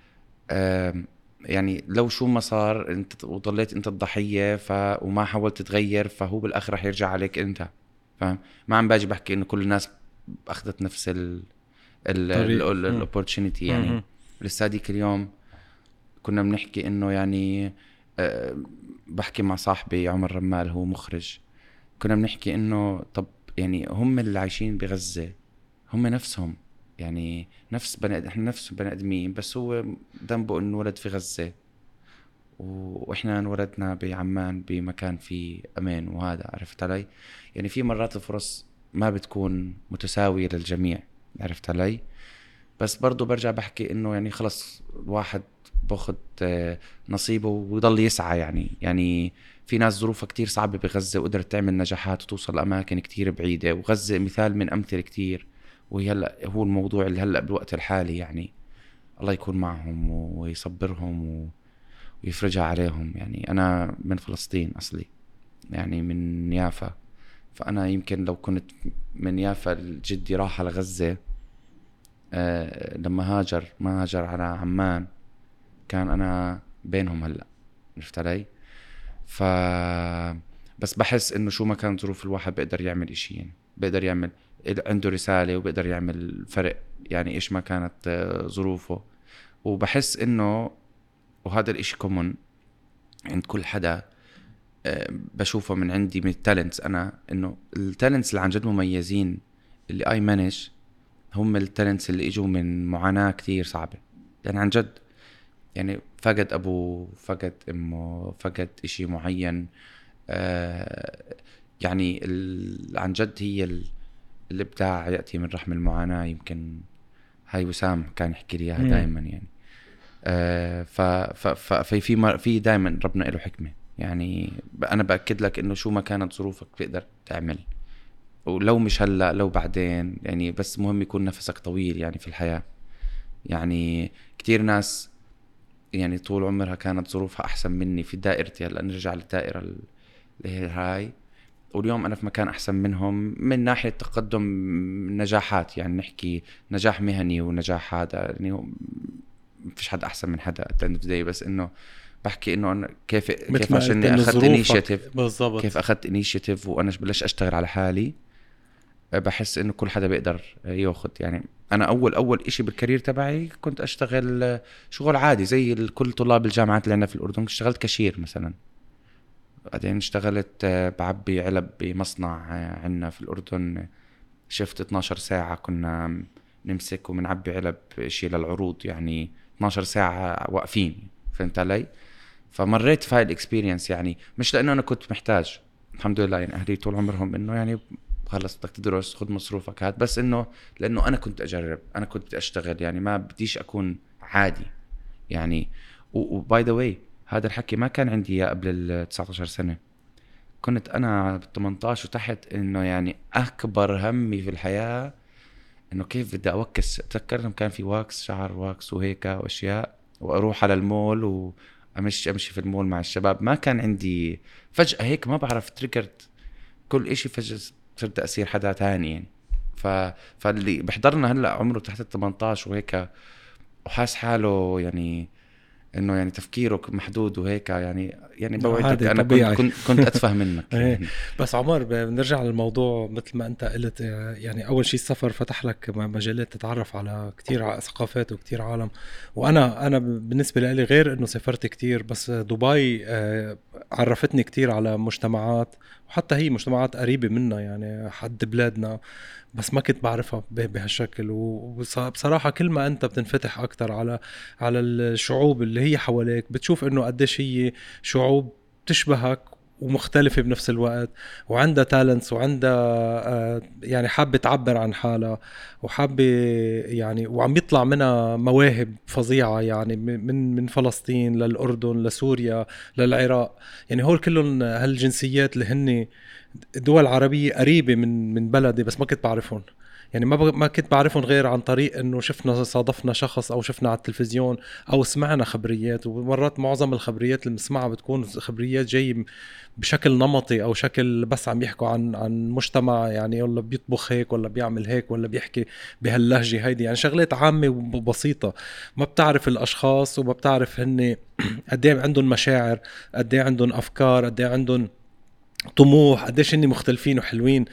يعني لو شو ما صار انت وضليت انت الضحية وما حاولت تتغير، فهو بالاخر رح يرجع عليك انت. فاهم؟ ما عم باجي بحكي انه كل الناس اخذت نفس الاوبورتونيتي. يعني لسه هذيك اليوم كنا بنحكي انه يعني بحكي مع صاحبي عمر رمال، هو مخرج. كنا بنحكي انه طب يعني هم اللي عايشين بغزة هم نفسهم، يعني احنا نفس بني ادمين، بس هو ذنبه انه ولد في غزة، واحنا انولدنا بعمان بمكان فيه امان. وهذا عرفت علي؟ يعني في مرات الفرص ما بتكون متساوية للجميع. عرفت علي؟ بس برضو برجع بحكي انه يعني خلص الواحد باخد نصيبه ويضل يسعى. يعني في ناس ظروفها كتير صعبة بغزة وقدرت تعمل نجاحات وتوصل لأماكن كتير بعيدة، وغزة مثال من أمثلة كتير. وهي هلأ هو الموضوع اللي هلأ بالوقت الحالي، يعني الله يكون معهم ويصبرهم ويفرجها عليهم. يعني أنا من فلسطين أصلي، يعني من يافا. فأنا يمكن لو كنت من يافا جدي راح على غزة لما ما هاجر على عمان، كان أنا بينهم هلأ. عرفت علي؟ بس بحس إنه شو ما كانت ظروف الواحد بيقدر يعمل إشي، يعني بيقدر يعمل، عنده رسالة وبيقدر يعمل فرق. يعني إيش ما كانت ظروفه. وبحس إنه وهذا الإشي كومون عند كل حدا بشوفه من عندي من التالنتس. أنا إنه التالنتس اللي عن جد مميزين اللي I manage هم التالنتس اللي إجوا من معاناة كتير صعبة. يعني عن جد يعني فقد أبوه، فقد أمه، فقد إشي معين. يعني عن جد هي الإبداع يأتي من رحم المعاناة. يمكن هاي وسام كان يحكي لي إياها دايما. يعني في دايما ربنا له حكمة. يعني أنا بأكد لك إنه شو ما كانت ظروفك بتقدر تعمل. ولو مش هلا لو بعدين يعني، بس مهم يكون نفسك طويل يعني في الحياة. يعني كتير ناس يعني طول عمرها كانت ظروفها أحسن مني في دائرتي، هلا نرجع للدائرة اللي هي هاي، واليوم أنا في مكان أحسن منهم من ناحية تقدم نجاحات، يعني نحكي نجاح مهني ونجاح هذا يعني فيش حد أحسن من حدا بس إنه بحكي إنه أنا مثل كيف ما قلت عشاني انه أخذت ظروفك initiative، بالضبط. كيف أخذت initiative وأنا بلش أشتغل على حالي. بحس إنه كل حدا بيقدر يأخذ. يعني أنا أول إشي بالكارير تبعي كنت أشتغل شغل عادي زي كل طلاب الجامعات اللي عندنا في الأردن، اشتغلت كاشير مثلا. بعدين اشتغلت بعبي علب بمصنع عندنا في الأردن، شفت 12 ساعة كنا نمسك ومنعبي علب شيء للعروض، يعني 12 ساعة واقفين، فهمت علي؟ فمريت في هاي الاكسبيرينس، يعني مش لأنه أنا كنت محتاج، الحمد لله يعني أهلي طول عمرهم إنه يعني خلص بدك تدرس خد مصروفك هات، بس إنه لأنه أنا كنت أجرب، أنا كنت بدي أشتغل، يعني ما بديش أكون عادي يعني. وباي ذا واي هذا الحكي ما كان عندي إياه قبل ال 19 سنة، كنت أنا ب 18 وتحت، إنه يعني أكبر همي في الحياة إنه كيف بدي أوكس. تذكرت كان في واكس شعر واكس وهيك وأشياء، وأروح على المول وأمشي في المول مع الشباب. ما كان عندي فجأة هيك ما بعرف تريجرت كل إشي، فجأة صرت أصير حدا تاني يعني. ف... فاللي بحضرنا هلأ عمره تحت ال 18 وهيك وحاس حاله يعني انه يعني تفكيره محدود وهيك، يعني بوعدك عادي انا طبيعي. كنت اتفه منك ايه. يعني. بس عمر بنرجع للموضوع مثل ما انت قلت، يعني اول شيء السفر فتح لك مجالات تتعرف على كتير ثقافات وكتير عالم. وانا بالنسبه لي غير انه سافرت كتير، بس دبي عرفتني كتير على مجتمعات، وحتى هي مجتمعات قريبه منا يعني حد بلادنا، بس ما كنت بعرفها بهالشكل. وبصراحة كل ما أنت بتنفتح أكتر على الشعوب اللي هي حواليك، بتشوف إنه قديش هي شعوب تشبهك ومختلفة بنفس الوقت، وعندها تالنتس، وعندها يعني حابة تعبر عن حالها، وحابة يعني وعم يطلع منها مواهب فظيعة، يعني من فلسطين للأردن لسوريا للعراق. يعني هول كلهم هالجنسيات اللي هن دول عربية قريبة من بلدي، بس ما كنت بعرفهم. يعني ما كنت بعرفهم غير عن طريق انه شفنا صادفنا شخص، او شفنا على التلفزيون، او سمعنا خبريات. ومرات معظم الخبريات اللي بنسمعها بتكون خبريات جاي بشكل نمطي، او شكل بس عم يحكوا عن مجتمع، يعني يلا بيطبخ هيك ولا بيعمل هيك ولا بيحكي بهاللهجة هيدي، يعني شغلات عامة وبسيطة. ما بتعرف الاشخاص، وما بتعرف هن قد ايه عندهم مشاعر، قد ايه عندهم افكار، قد ايه عندهم طموح، قديش هني مختلفين وحلوين،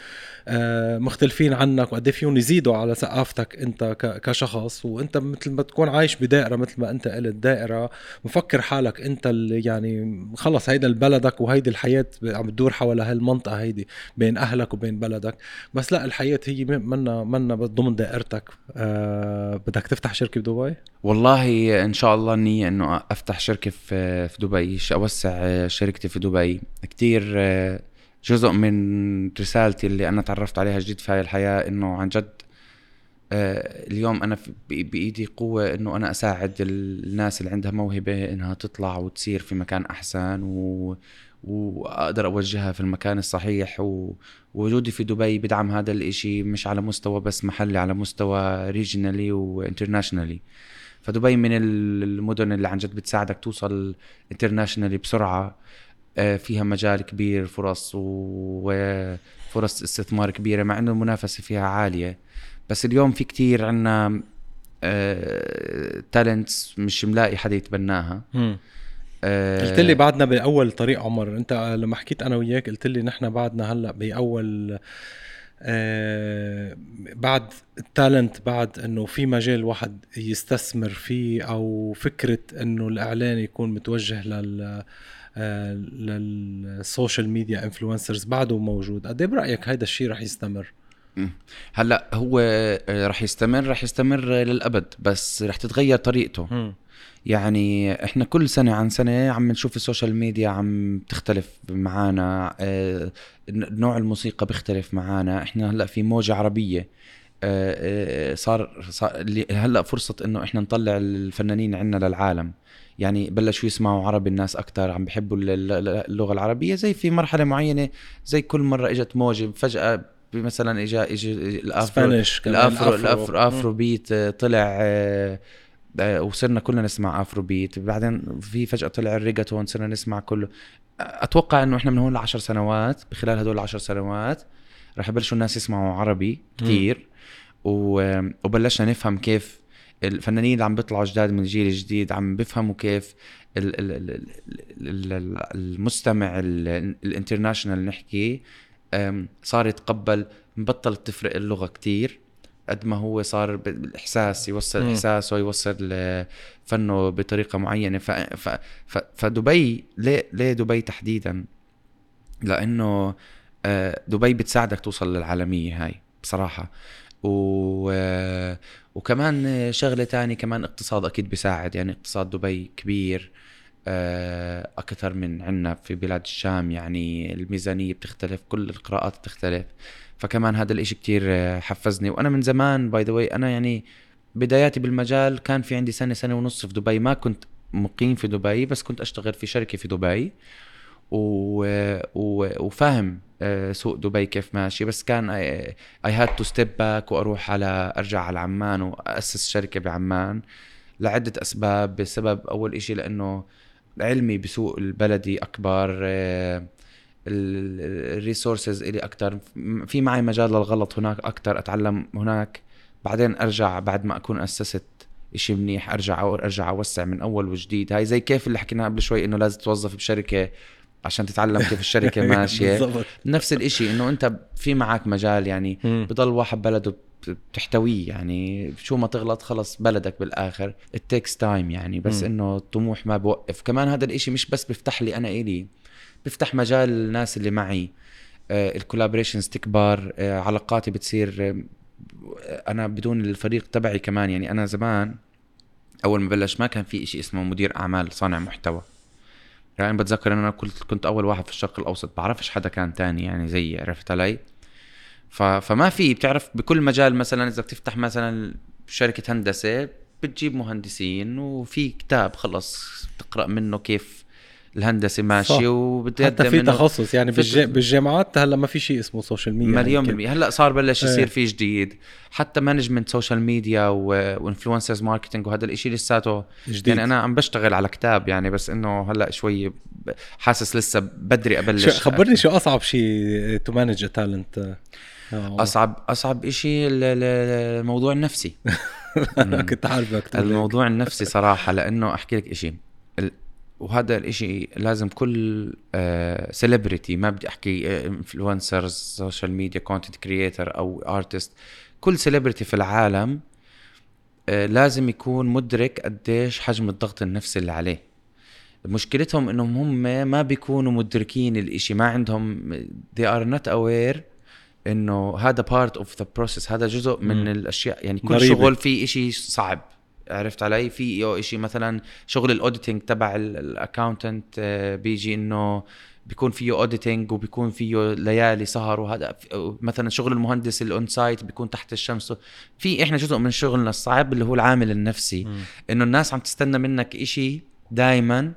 مختلفين عنك، وقد فيهم يزيدوا على ثقافتك انت كشخص. وانت مثل ما تكون عايش بدائره، مثل ما انت قلت دائره، مفكر حالك انت اللي يعني خلص هيدا البلدك، وهيدي الحياه عم تدور حول هالمنطقه هيدي بين اهلك وبين بلدك. بس لا، الحياه هي منا ضمن دائرتك. بدك تفتح شركه بدبي؟ والله ان شاء الله النية انه افتح شركة في دبي، اوسع شركتي في دبي كتير. جزء من رسالتي اللي انا تعرفت عليها جديد في هاي الحياة انه عن جد اليوم انا بايدي قوة انه انا اساعد الناس اللي عندها موهبة انها تطلع وتصير في مكان احسن واقدر اوجهها في المكان الصحيح. ووجودي في دبي بدعم هذا الاشي، مش على مستوى بس محلي، على مستوى ريجنالي وانترناشنالي. فدبي من المدن اللي عن جد بتساعدك توصل انترناشنالي بسرعة. فيها مجال كبير، وفرص استثمار كبيرة، مع انه المنافسة فيها عالية. بس اليوم في كتير عنا تالنتس مش ملاقي حدا يتبناها. قلت لي بعدنا بأول طريق عمر. انت لما حكيت انا وياك قلت لي نحن بعدنا هلأ بأول بعد التالنت، بعد انه في مجال واحد يستثمر فيه، او فكرة انه الاعلان يكون متوجه للسوشيال ميديا انفلونسرز بعده موجود. قد ايه برأيك هيدا الشيء رح يستمر؟ هلا هو رح يستمر للأبد، بس رح تتغير طريقته. يعني احنا كل سنة عن سنة عم نشوف السوشيال ميديا عم تختلف معانا، نوع الموسيقى بيختلف معانا. احنا هلأ في موجة عربية، صار هلأ فرصة انه احنا نطلع الفنانين عنا للعالم. يعني بلشوا يسمعوا عربي، الناس اكتر عم بيحبوا اللغة العربية، زي في مرحلة معينة زي كل مرة اجت موجة فجأة مثلا اجى سبانيش كمان، الافرو بيت طلع، وصرنا كلنا نسمع افرو بيت. بعدين في فجأة طلع الريجاتون، صرنا نسمع كله. اتوقع انه احنا من هون ل10 سنوات، بخلال هدول 10 سنوات رح يبلشوا الناس يسمعوا عربي كتير. وبلشنا نفهم كيف الفنانين اللي عم بيطلعوا جداد من الجيل الجديد عم بيفهموا كيف المستمع الانترناشنال نحكي صار يتقبل، مبطل تفرق اللغة كتير قد ما هو صار بالإحساس، يوصل إحساسه، يوصل فنه بطريقة معينة. فدبي ليه دبي تحديدا؟ لأنه دبي بتساعدك توصل للعالمية هاي بصراحة. وكمان شغلة تاني كمان اقتصاد أكيد بيساعد، يعني اقتصاد دبي كبير أكثر من عنا في بلاد الشام، يعني الميزانية بتختلف، كل القراءات بتختلف. فكمان هذا الاشي كتير حفزني. وأنا من زمان باي ذا واي، أنا يعني بداياتي بالمجال كان في عندي سنة ونص في دبي، ما كنت مقيم في دبي بس كنت أشتغل في شركة في دبي وفاهم سوق دبي كيف ماشي. بس كان I had to step back وأروح أرجع على عمان وأسس شركة بعمان لعدة أسباب. بسبب أول إشي لأنه علمي بسوق البلدي أكبر، الريسورسز إلي أكتر، في معي مجال للغلط هناك أكتر، أتعلم هناك. بعدين أرجع بعد ما أكون أسست إشي منيح أرجع أوسع من أول وجديد. هاي زي كيف اللي حكينا قبل شوي إنه لازم توظف بشركة عشان تتعلم كيف الشركة ماشية. نفس الاشي انه انت في معك مجال، يعني بضل واحد بلده بتحتويه، يعني شو ما تغلط خلص بلدك بالاخر it takes time يعني. بس انه الطموح ما بوقف. كمان هذا الاشي مش بس بيفتح لي انا إلي، بيفتح مجال الناس اللي معي، الكولابريشنز تكبر، علاقاتي بتصير. انا بدون الفريق تبعي كمان، يعني انا زمان اول ما بلش ما كان في اشي اسمه مدير اعمال صانع محتوى. يعني بتذكر ان انا كنت اول واحد في الشرق الاوسط، بعرفش حدا كان تاني يعني زي، عرفت علي؟ فما في، بتعرف بكل مجال مثلا اذا بتفتح مثلا شركة هندسة بتجيب مهندسين وفي كتاب خلص تقرأ منه كيف الهندسة ماشية، وبتقدم حتى في تخصص يعني في بالجامعات. هلا ما في شيء اسمه سوشيال ميديا مليون يعني بالمية. هلا صار بلش يصير في جديد، حتى مانجمنت سوشيال ميديا وانفلونسرز ماركتينج، وهذا الاشي لساته جديد. يعني انا عم بشتغل على كتاب يعني، بس انه هلا شوي حاسس لسه بدري ابلش. خبرني شو اصعب شيء تو مانج تالنت؟ اصعب اشي الموضوع النفسي. كنت عارفك تقول الموضوع النفسي صراحة، لانه احكي لك اشي، وهذا الاشي لازم كل سيلبرتي، ما بدي احكي انفلونسرز سوشيال ميديا كونتنت كرييتر او ارتست، كل سيلبرتي في العالم لازم يكون مدرك قديش حجم الضغط النفسي اللي عليه. مشكلتهم انهم هم ما بيكونوا مدركين الاشي، ما عندهم they are not aware انه هذا part of the process، هذا جزء من الاشياء. يعني كل ضريبة. شغل فيه اشي صعب، عرفت علي؟ في اشي مثلا شغل الاوديتنج تبع الاكاونتنت بيجي انه بيكون فيه اوديتنج وبيكون فيه ليالي سهر، وهذا مثلا شغل المهندس الاون سايت بيكون تحت الشمس. في احنا جزء من شغلنا الصعب اللي هو العامل النفسي، انه الناس عم تستنى منك اشي دايما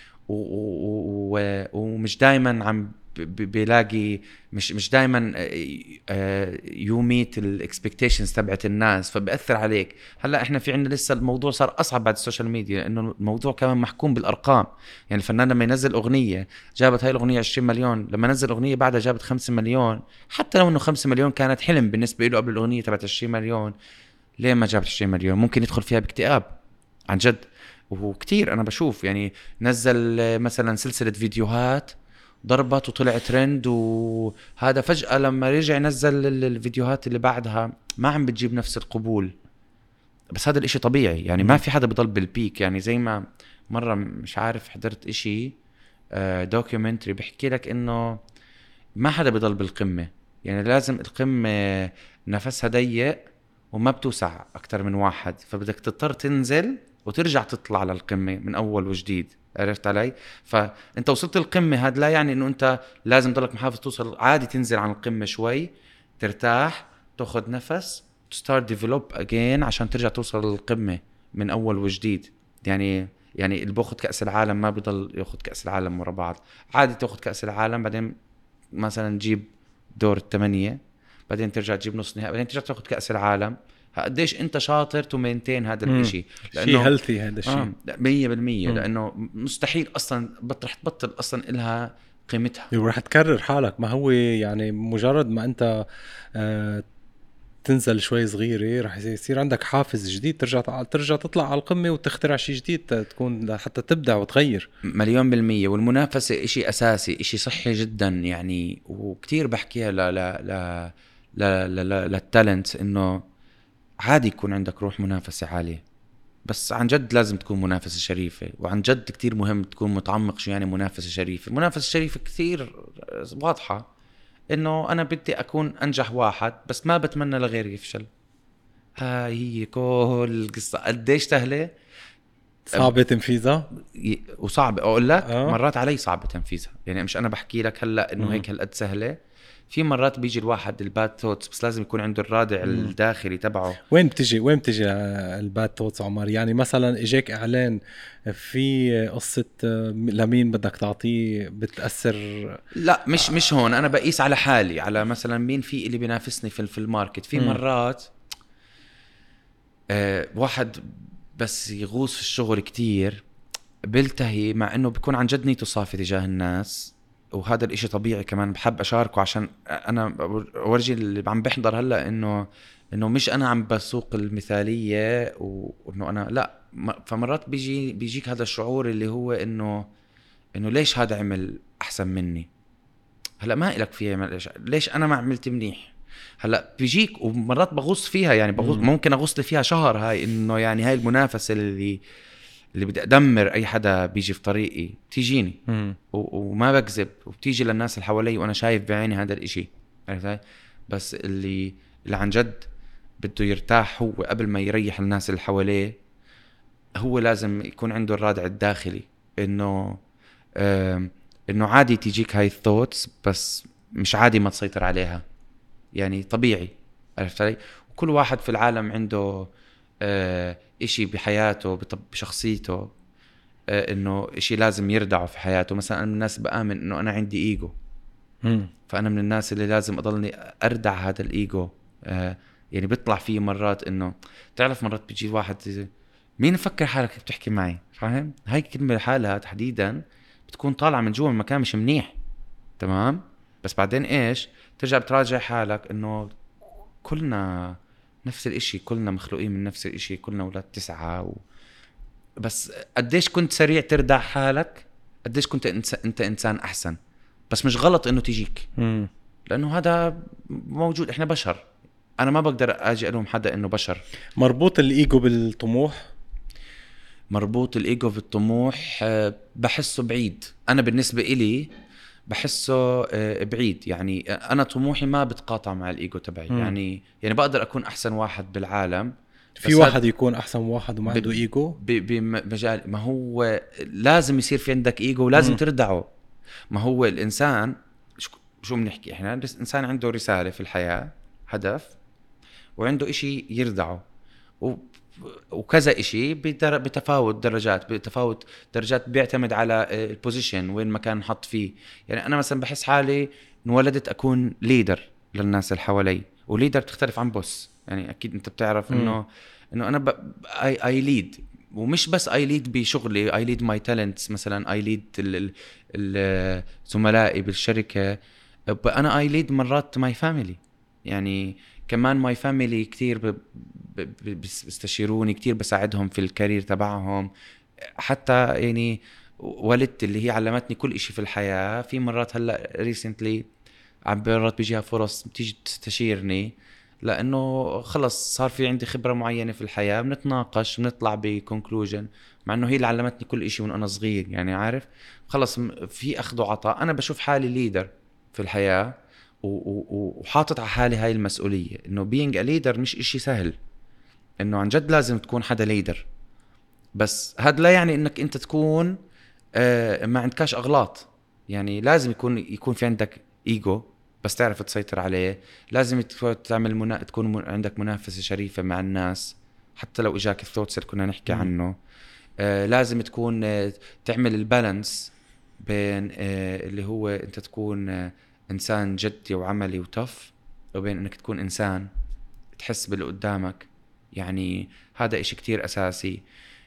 ومش دايما عم بيلاقي، مش دايما يو ميت الاكسبكتيشنز تبعت الناس، فبأثر عليك. هلا احنا في عندنا لسه الموضوع صار اصعب بعد السوشيال ميديا، لانه الموضوع كمان محكوم بالارقام. يعني الفنان لما ينزل اغنيه جابت هاي الاغنيه 20 مليون، لما نزل اغنيه بعدها جابت 5 مليون، حتى لو انه 5 مليون كانت حلم بالنسبه له قبل الاغنيه تبعت 20 مليون، ليه ما جابت 20 مليون؟ ممكن يدخل فيها باكتئاب عن جد. وكتير انا بشوف يعني نزل مثلا سلسله فيديوهات ضربت وطلع ترند، وهذا فجأة لما رجع نزل الفيديوهات اللي بعدها ما عم بتجيب نفس القبول. بس هذا الاشي طبيعي يعني، ما في حدا بيضل بالبيك. يعني زي ما مرة مش عارف حضرت اشي دوكيومنتري بيحكي لك انه ما حدا بيضل بالقمة، يعني لازم القمة نفسها ضيق وما بتوسع اكتر من واحد، فبدك تضطر تنزل وترجع تطلع على القمة من اول وجديد، عرفت علي؟ فانت وصلت القمة، هذا لا يعني انه انت لازم تضلك محافظ توصل، عادي تنزل عن القمة شوي، ترتاح، تاخد نفس، start develop again عشان ترجع توصل للقمة من اول وجديد. يعني اللي باخد كأس العالم ما بيضل ياخد كأس العالم ورا بعض، عادي تاخد كأس العالم بعدين مثلا تجيب دور الثمانية، بعدين ترجع تجيب نص نهائي، بعدين ترجع تاخذ كأس العالم. قديش انت شاطر تمينتين هذا الاشي، شيء هيلثي هذا الشيء 100%. لانه مستحيل اصلا رح تبطل اصلا إلها قيمتها، ورح تكرر حالك. ما هو يعني مجرد ما انت تنزل شوي صغيرة رح يصير عندك حافز جديد، ترجع تطلع على القمة وتخترع شيء جديد، تكون حتى تبدع وتغير. 1,000,000%. والمنافسة إشي أساسي، إشي صحي جدا يعني. وكتير بحكيها للتالنت إنه عادي يكون عندك روح منافسة عالية، بس عن جد لازم تكون منافسة شريفة. وعن جد كتير مهم تكون متعمق شو يعني منافسة شريفة. منافسة شريفة كتير واضحة، إنه أنا بدي أكون أنجح واحد بس ما بتمنى لغيري يفشل. هاي هي كل القصة. قديش سهلة، صعبة تنفيذها وصعب اقول لك مرات علي صعب تنفيذها. يعني مش انا بحكي لك هلا انه هيك هالقد سهله. في مرات بيجي الواحد الباد ثوتس، بس لازم يكون عنده الرادع الداخلي تبعه. وين بتجي الباد ثوتس عمر؟ يعني مثلا اجاك اعلان في قصة لمين بدك تعطيه بتأثر؟ لا مش هون. انا بقيس على حالي، على مثلا مين في اللي بينافسني في الماركت. في مرات واحد بس يغوص في الشغل كتير بلتهي، مع انه بيكون عن جد نيته صافي تجاه الناس. وهذا الاشي طبيعي كمان، بحب اشاركه عشان انا اورجي اللي عم بحضر هلا انه مش انا عم بسوق المثالية وانه انا لا. فمرات بيجيك هذا الشعور اللي هو انه ليش هذا عمل احسن مني. هلا ما إلك فيها، ليش انا ما عملت منيح. هلا بيجيك ومرات بغوص فيها، يعني بغوص ممكن اغوص لي فيها شهر. هاي انه يعني هاي المنافسة اللي بدي أدمر أي حدا بيجي في طريقي تيجيني وما بكذب، وبتيجي للناس اللي حوالي وأنا شايف بعيني هذا الإشي. بس اللي عن جد بده يرتاح هو قبل ما يريح الناس اللي حواليه، هو لازم يكون عنده الرادع الداخلي إنه عادي تيجيك هاي الثوتس، بس مش عادي ما تسيطر عليها. يعني طبيعي، عرفت علي؟ وكل واحد في العالم عنده إشي بحياته بشخصيته، إنه إشي لازم يردعه في حياته. مثلا أنا من الناس بآمن إنه أنا عندي إيجو، فأنا من الناس اللي لازم أضلني أردع هذا الإيجو. يعني بيطلع فيه مرات إنه تعرف مرات بيجي واحد مين فكر حالك بتحكي معي، فاهم؟ هاي كلمة لحالها تحديدا بتكون طالعة من جوا المكان مش منيح، تمام؟ بس بعدين إيش ترجع بتراجع حالك إنه كلنا نفس الاشي، كلنا مخلوقين من نفس الاشي، كلنا أولاد 9 بس قديش كنت سريع تردع حالك، قديش كنت انت انسان احسن. بس مش غلط انه تجيك، لانه هذا موجود، احنا بشر. انا ما بقدر اجي الوم حدا انه بشر. مربوط الايجو بالطموح؟ مربوط الايجو بالطموح بحسه بعيد. انا بالنسبة إلي بحسه بعيد. يعني انا طموحي ما بتقاطع مع الايجو تبعي. يعني بقدر اكون احسن واحد بالعالم. في واحد يكون احسن واحد وما عنده ايجو بمجال. ما هو لازم يصير في عندك ايجو ولازم تردعه. ما هو الانسان شو بنحكي احنا؟ الانسان عنده رسالة في الحياة، هدف، وعنده اشي يردعه، وكذا اشي بتفاوت درجات بيعتمد على البوزيشن وين مكان نحط فيه. يعني انا مثلا بحس حالي انولدت اكون ليدر للناس اللي حوالي. وليدر بتختلف عن بوس. يعني اكيد انت بتعرف انه انا اي ليد. ومش بس اي ليد بشغلي، اي ليد ماي تالنتس. مثلا اي ليد زملائي بالشركة. انا اي ليد مرات ماي فاميلي. يعني كمان ماي فاميلي كتير بيستشيروني كتير، بساعدهم في الكارير تبعهم. حتى يعني والدتي اللي هي علمتني كل إشي في الحياة، في مرات هلأ ريسنتلي مرات بيجيها فرص بتيجي تستشيرني، لأنه خلص صار في عندي خبرة معينة في الحياة، بنتناقش ونطلع بكونكلوجن، مع أنه هي اللي علمتني كل إشي وأنا صغير. يعني عارف خلص في أخذ وعطاء. أنا بشوف حالي ليدر في الحياة، وحاطط على حالي هاي المسؤولية. إنه being a leader مش إشي سهل، إنه عن جد لازم تكون حدا ليدر. بس هذا لا يعني إنك أنت تكون ما عندكاش أغلاط. يعني لازم يكون في عندك إيجو بس تعرف تسيطر عليه. لازم تكون عندك منافسة شريفة مع الناس حتى لو إجاك الثوتس اللي كنا نحكي عنه. لازم تكون تعمل البالانس بين اللي هو أنت تكون إنسان جدي وعملي وطف، وبين انك تكون انسان تحس باللي قدامك. يعني هذا اشي كتير اساسي.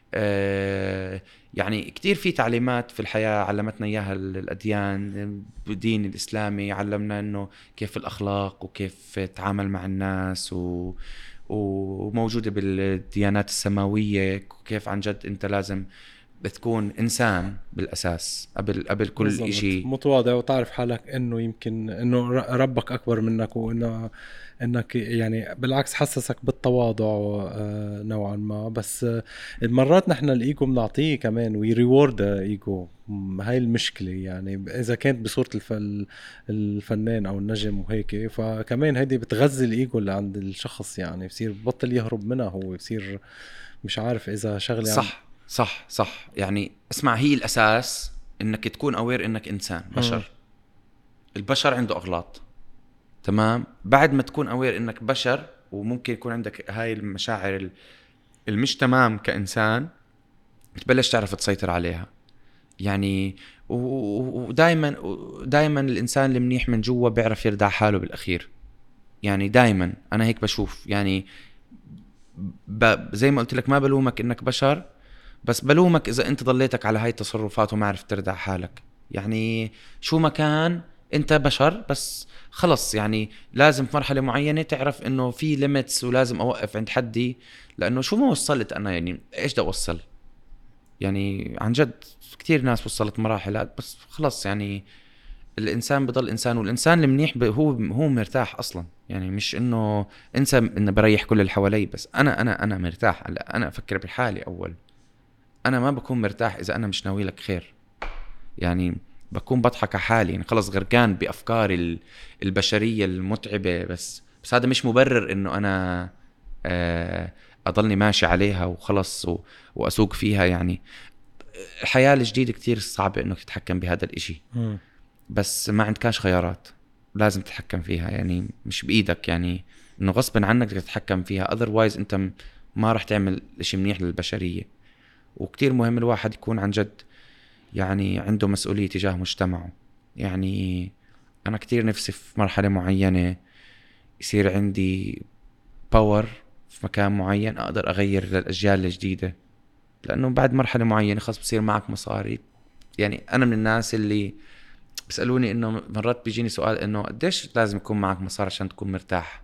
يعني كتير في تعليمات في الحياة علمتنا اياها الاديان. الدين الاسلامي علمنا انه كيف الاخلاق وكيف تتعامل مع الناس وموجودة بالديانات السماوية، وكيف عن جد انت لازم بتكون انسان بالاساس قبل كل بالضبط. اشي. متواضع وتعرف حالك انه يمكن انه ربك اكبر منك، وانه انك يعني بالعكس حسسك بالتواضع نوعا ما. بس مرات نحن الايجو بنعطيه كمان ويريورد ايجو. هاي المشكلة يعني اذا كانت بصورة الفنان او النجم وهيك، فكمان هيدي بتغذي الايجو اللي عند الشخص، يعني بصير بطل يهرب منها، هو بصير مش عارف اذا شغلة عم. صح. يعني اسمع، هي الاساس انك تكون اوير انك انسان بشر. البشر عنده اغلاط، تمام. بعد ما تكون اوير انك بشر وممكن يكون عندك هاي المشاعر المش تمام كإنسان، بتبلش تعرف تسيطر عليها. يعني ودايما الإنسان المنيح من جوا بيعرف يردع حاله بالأخير. يعني دايما أنا هيك بشوف. يعني زي ما قلت لك ما بلومك إنك بشر، بس بلومك إذا أنت ضليتك على هاي التصرفات وما عرفت تردع حالك. يعني شو ما كان أنت بشر، بس خلص يعني لازم في مرحلة معينة تعرف إنه في ليميتس ولازم أوقف عند حدي. لأنه شو ما وصلت أنا، يعني إيش بدي أوصل؟ يعني عن جد كتير ناس وصلت مراحل، بس خلص يعني الإنسان بضل إنسان. والإنسان المنيح هو مرتاح أصلا. يعني مش إنه انسى إنه بريح كل اللي حوالي، بس أنا مرتاح. لا، أنا أفكر بحالي أول. انا ما بكون مرتاح اذا انا مش ناوي لك خير. يعني بكون بضحك على حالي، يعني خلص غرقان بافكاري البشريه المتعبه. بس هذا مش مبرر انه انا اضلني ماشي عليها وخلص واسوق فيها. يعني الحياه الجديده كتير صعبه انك تتحكم بهذا الاشي، بس ما عندكاش خيارات، لازم تتحكم فيها. يعني مش بايدك، يعني انه غصبا عنك بدك تتحكم فيها. otherwise انت ما راح تعمل اشي منيح للبشريه. وكتير مهم الواحد يكون عن جد يعني عنده مسؤولية تجاه مجتمعه. يعني أنا كتير نفسي في مرحلة معينة يصير عندي باور في مكان معين أقدر أغير للأجيال الجديدة. لأنه بعد مرحلة معينة خلاص بصير معك مصاري. يعني أنا من الناس اللي بيسألوني إنه مرات بيجيني سؤال إنه قديش لازم يكون معك مصاري عشان تكون مرتاح.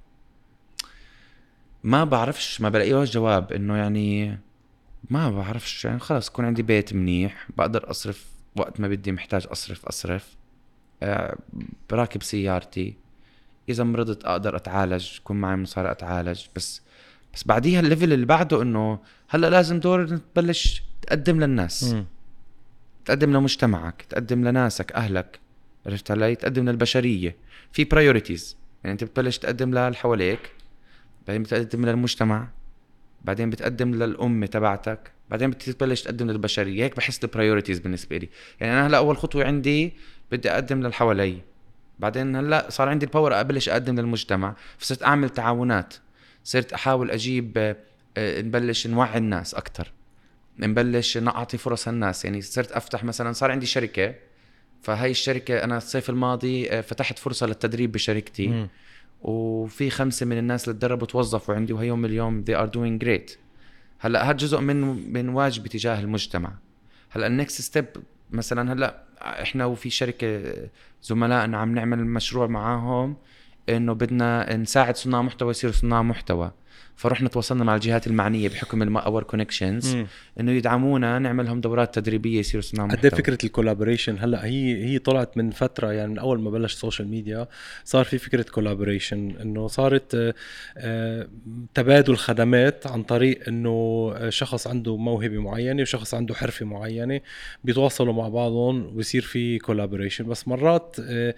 ما بعرفش، ما بلاقيه جواب. إنه يعني ما بعرفش، يعني خلاص يكون عندي بيت منيح بقدر أصرف وقت ما بدي، محتاج أصرف. براكب سيارتي، إذا مرضت أقدر أتعالج، يكون معي مصاري أتعالج. بس بعديها الليفل اللي بعده إنه هلأ لازم دور تبلش تقدم للناس، تقدم لمجتمعك، تقدم لناسك أهلك، عرفت علي؟ تقدم للبشرية في priorities. يعني أنت بتبلش تقدم للحواليك، بعدين بتقدم للمجتمع، بعدين بتقدم للأمة تبعتك، بعدين بتبلش تقدم للبشرية. هيك بحس البرايورتيز بالنسبة لي. يعني أنا هلأ أول خطوة عندي بدي أقدم للحوالي، بعدين هلأ صار عندي الباور أبلش أقدم للمجتمع، فصرت أعمل تعاونات، صرت أحاول أجيب نبلش نوعي الناس أكتر، نبلش نعطي فرص الناس. يعني صرت أفتح مثلا، صار عندي شركة، فهاي الشركة أنا الصيف الماضي فتحت فرصة للتدريب بشركتي، وفي 5 من الناس اللي تدربوا توظفوا عندي وهيهم اليوم they are doing great. هلا هاد جزء من واجبي تجاه المجتمع. هلا النكست ستيب مثلا، هلا احنا وفي شركه زملائنا عم نعمل مشروع معاهم انه بدنا نساعد صناع محتوى يصيروا صناع محتوى. فرحنا تواصلنا مع الجهات المعنيه بحكم اور كونكشنز انه يدعمونا نعمل لهم دورات تدريبيه يصيروا صناع محتوى. قد فكره الكولابوريشن هلا هي طلعت من فتره، يعني من اول ما بلش السوشيال ميديا صار في فكره كولابوريشن، انه صارت تبادل خدمات عن طريق انه شخص عنده موهبه معينه وشخص عنده حرفه معينه بيتواصلوا مع بعضهم ويصير في كولابوريشن. بس مرات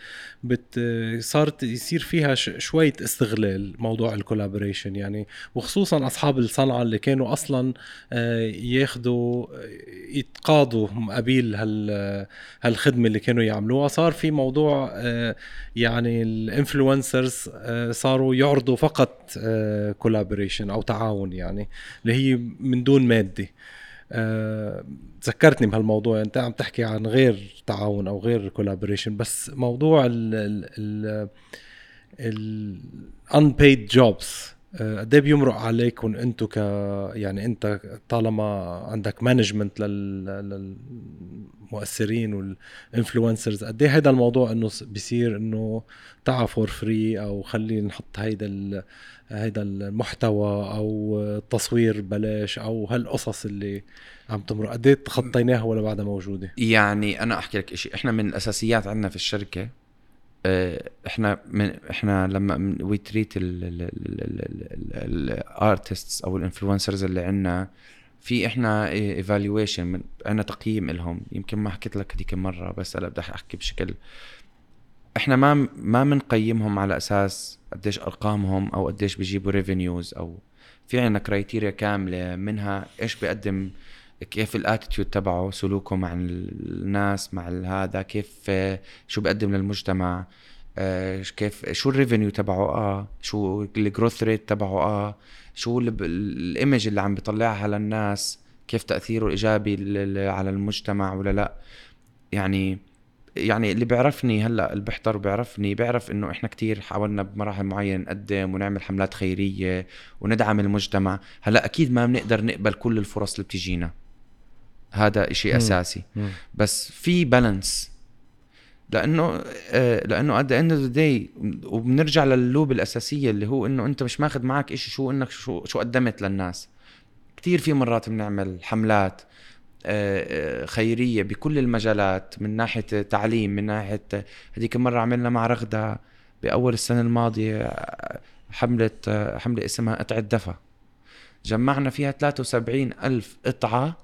صارت يصير فيها شويه استغلال موضوع الكولابوريشن، يعني وخصوصا اصحاب الصنعه اللي كانوا اصلا ياخدوا يتقاضوا قبيل هالخدمة اللي كانوا يعملوها. صار في موضوع يعني الانفلونسرز صاروا يعرضوا فقط كولابوريشن أو تعاون، يعني اللي هي من دون مادة. ذكرتني بهالموضوع، انت عم تحكي عن غير تعاون او غير كولابوريشن، بس موضوع ال unpaid jobs قد ايه بيمرق عليكم انتو يعني انت طالما عندك مانجمنت للمؤثرين والانفلونسرز، قد ايه هيدا الموضوع انه بيصير انه تعا فور فري او خلينا نحط هيدا المحتوى او التصوير بلاش او هالقصص اللي عم تمرق، قد ايه تخطيناها ولا بعدها موجوده؟ يعني انا احكي لك اشي، احنا من الاساسيات عندنا في الشركه، احنا لما وي تريت الارتستس او الانفلونسرز اللي عندنا، في احنا ايفالويشن، عندنا تقييم لهم. يمكن ما حكيت لك هذيك مره، بس انا بدي احكي بشكل، احنا ما بنقيمهم على اساس قديش ارقامهم او قديش بيجيبوا ريفينيوز، او في عندنا كرايتيريا كامله منها ايش بيقدم، كيف الاتيتيود تبعه، سلوكه مع الناس، مع هذا كيف، شو بيقدم للمجتمع، كيف، شو الريفينيو تبعه، شو الجروث ريت تبعه، شو الايمج اللي عم بيطلعها للناس، كيف تأثيره الايجابي على المجتمع ولا لا. يعني اللي بيعرفني هلا، اللي بيحضر بيعرفني، بيعرف انه احنا كتير حاولنا بمراحل معينة نقدم ونعمل حملات خيرية وندعم المجتمع. هلا اكيد ما بنقدر نقبل كل الفرص اللي بتجينا، هذا اشي اساسي، بس في بالانس، لانه at the end of the day وبنرجع لللوب الاساسية اللي هو انه انت مش ماخذ معك اشي، شو انك شو قدمت للناس. كتير في مرات بنعمل حملات خيرية بكل المجالات، من ناحية تعليم، من ناحية، هذيك مرة عملنا مع رغدة بأول السنة الماضية حملة اسمها قطعة دفا، جمعنا فيها 73 ألف قطعة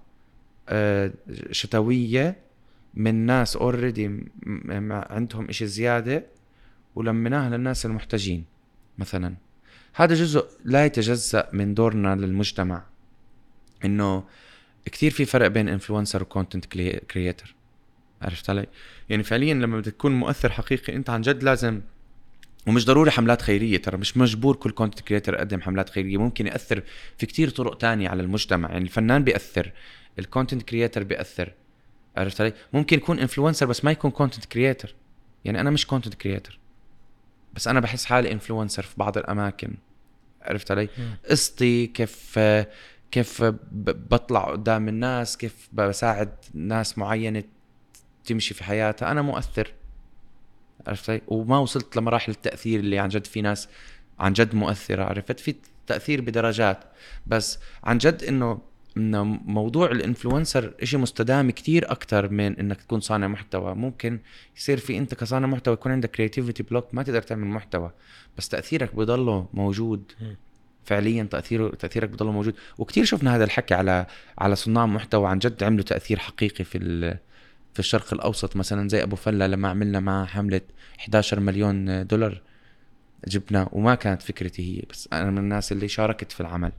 شتوية من ناس already عندهم إشي زيادة، ولمناها للناس المحتاجين مثلا. هذا جزء لا يتجزأ من دورنا للمجتمع، إنه كتير في فرق بين انفلونسر وكونتنت كرياتر، عرفت علي؟ يعني فعليا لما بدك تكون مؤثر حقيقي انت عن جد لازم، ومش ضروري حملات خيرية، ترى مش مجبور كل كونتنت كرياتر يقدم حملات خيرية، ممكن يأثر في كتير طرق تانية على المجتمع. يعني الفنان بيأثر، الكونتنت كرياتر بيأثر، عرفت علي؟ ممكن يكون انفلونسر بس ما يكون كونتنت كرياتر. يعني انا مش كونتنت كرياتر بس انا بحس حالي انفلونسر في بعض الاماكن، عرفت علي؟ قصتي كيف بطلع قدام الناس، كيف بساعد ناس معينة تمشي في حياتها، أنا مؤثر، عرفت؟ وما وصلت لمراحل التأثير اللي عن جد في ناس عن جد مؤثرة، عرفت؟ في تأثير بدرجات، بس عن جد إنه موضوع الانفلونسر إشي مستدام كتير أكتر من إنك تكون صانع محتوى. ممكن يصير في أنت كصانع محتوى يكون عندك creativity block، ما تقدر تعمل محتوى، بس تأثيرك بيضله موجود. فعليا تأثيرك بضل موجود. وكتير شفنا هذا الحكي على صناع محتوى عن جد عملوا تأثير حقيقي في الشرق الأوسط، مثلا زي أبو فلة لما عملنا مع حملة 11 مليون دولار جبنا، وما كانت فكرتي هي، بس أنا من الناس اللي شاركت في العمل.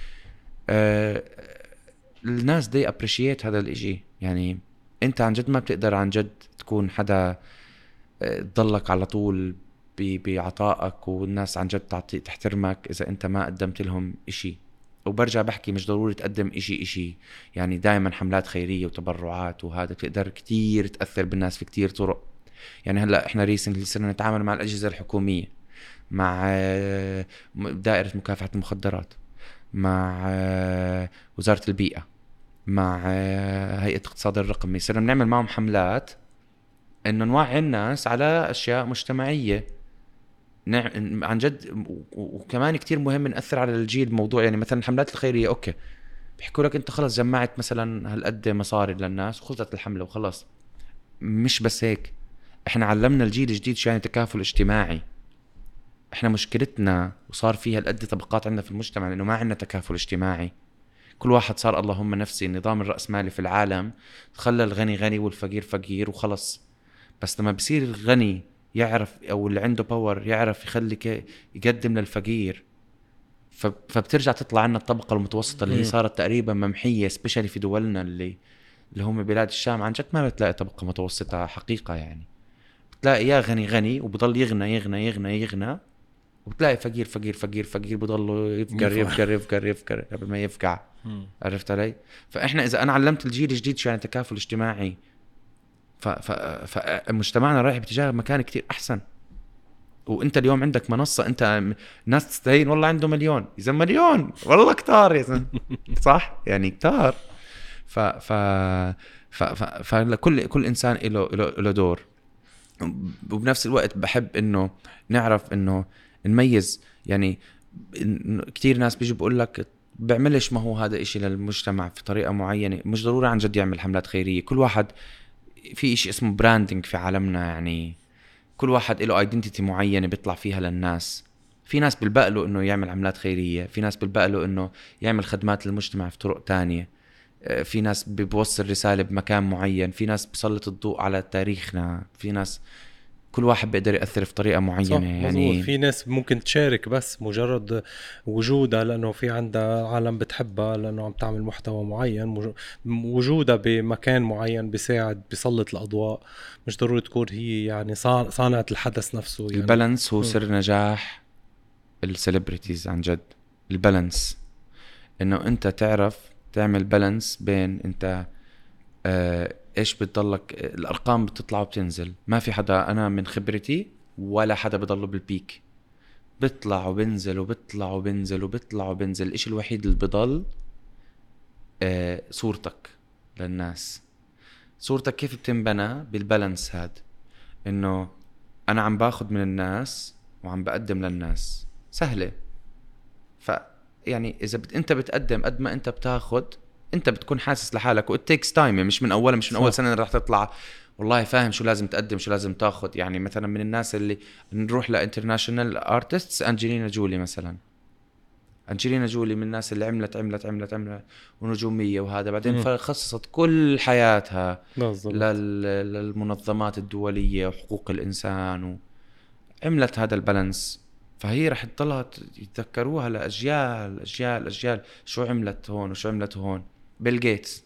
الناس دي appreciate هذا الإشي. يعني أنت عن جد ما بتقدر عن جد تكون حدا تضلك على طول بعطائك والناس عن جد تحترمك إذا أنت ما قدمت لهم إشي. وبرجع بحكي مش ضروري تقدم إشي، يعني دائما حملات خيرية وتبرعات وهذا بتقدر كتير تأثر بالناس في كتير طرق. يعني هلأ إحنا ريسنتلي صرنا نتعامل مع الأجهزة الحكومية، مع دائرة مكافحة المخدرات، مع وزارة البيئة، مع هيئة الاقتصاد الرقمي. صرنا بنعمل معهم حملات إنه نوعي الناس على أشياء مجتمعية عن جد. وكمان كتير مهم نأثر على الجيل الموضوع. يعني مثلا الحملات الخيرية أوكي بيحكوا لك أنت خلص جمعت مثلا هالقد مصاري للناس وخلصت الحملة وخلص، مش بس هيك، إحنا علمنا الجيل الجديد شو يعني تكافل اجتماعي. إحنا مشكلتنا وصار فيها القد طبقات عندنا في المجتمع لأنه ما عندنا تكافل اجتماعي. كل واحد صار اللهم نفسي، النظام الرأسمالي في العالم خلى الغني غني والفقير فقير وخلص. بس لما بصير الغني يعرف او اللي عنده باور يعرف يخلي يقدم للفقير، فبترجع تطلع عنا الطبقة المتوسطة اللي هي صارت تقريبا ممحية، سبيشالي في دولنا اللي هم بلاد الشام. عن جد ما بتلاقي طبقة متوسطة حقيقة، يعني بتلاقي يا غني غني وبضل يغنى يغنى يغنى يغنى، وبتلاقي فقير فقير فقير فقير بضل يفقر يفقر يفقر يفقر قبل ما يفقع. عرفت علي؟ فإحنا إذا أنا علمت الجيل الجديد شو يعني تكافل اجتماعي، فمجتمعنا رايح باتجاه مكان كتير أحسن. وانت اليوم عندك منصة، انت ناس تستهين والله عنده مليون، اذا مليون والله كتار يا زلمة. صح يعني كتار. ف ف فكل انسان له دور. وبنفس الوقت بحب انه نعرف انه نميز. يعني كتير ناس بيجوا بقول لك بعملش، ما هو هذا إشي للمجتمع في طريقة معينة، مش ضروري عن جد يعمل حملات خيرية. كل واحد في إشي اسمه براندنج في عالمنا، يعني كل واحد له ايدنتيتي معينة بيطلع فيها للناس. في ناس بيلبق له انه يعمل عملات خيرية، في ناس بيلبق له انه يعمل خدمات للمجتمع في طرق تانية، في ناس بيوصل رسالة بمكان معين، في ناس بيسلط الضوء على تاريخنا، في ناس كل واحد بيقدر يأثر في طريقة صح معينة مزبوط. يعني. في ناس ممكن تشارك بس مجرد وجودها لأنه في عندها عالم بتحبها، لأنه عم تعمل محتوى معين، وجودها بمكان معين بيساعد بيسلط الأضواء. مش ضروري تكون هي يعني صانعة الحدث نفسه يعني. البالانس هو سر نجاح السليبريتيز عن جد. البالانس انه انت تعرف تعمل بالانس بين انت ايش بتضلك. الارقام بتطلع وبتنزل، ما في حدا انا من خبرتي ولا حدا بضله بالبيك، بيطلع وبنزل وبيطلع وبنزل وبيطلع وبنزل. الاشي الوحيد اللي بضل صورتك للناس. صورتك كيف بتنبنى؟ بالبالانس هاد، انه انا عم باخد من الناس وعم بقدم للناس. سهلة. يعني اذا انت بتقدم قد ما انت بتاخد، انت بتكون حاسس لحالك. وit takes time، مش من اول سنة رح تطلع والله فاهم شو لازم تقدم شو لازم تاخد. يعني مثلا من الناس اللي نروح لانترناشونال ارتستس، انجلينا جولي مثلا. انجلينا جولي من الناس اللي عملت ونجومية وهذا، بعدين خصصت كل حياتها للمنظمات الدولية وحقوق الإنسان، وعملت هذا البالانس. فهي رح تضلها يتذكروها لأجيال أجيال أجيال. شو عملت هون وشو عملت هون. بيل جيتس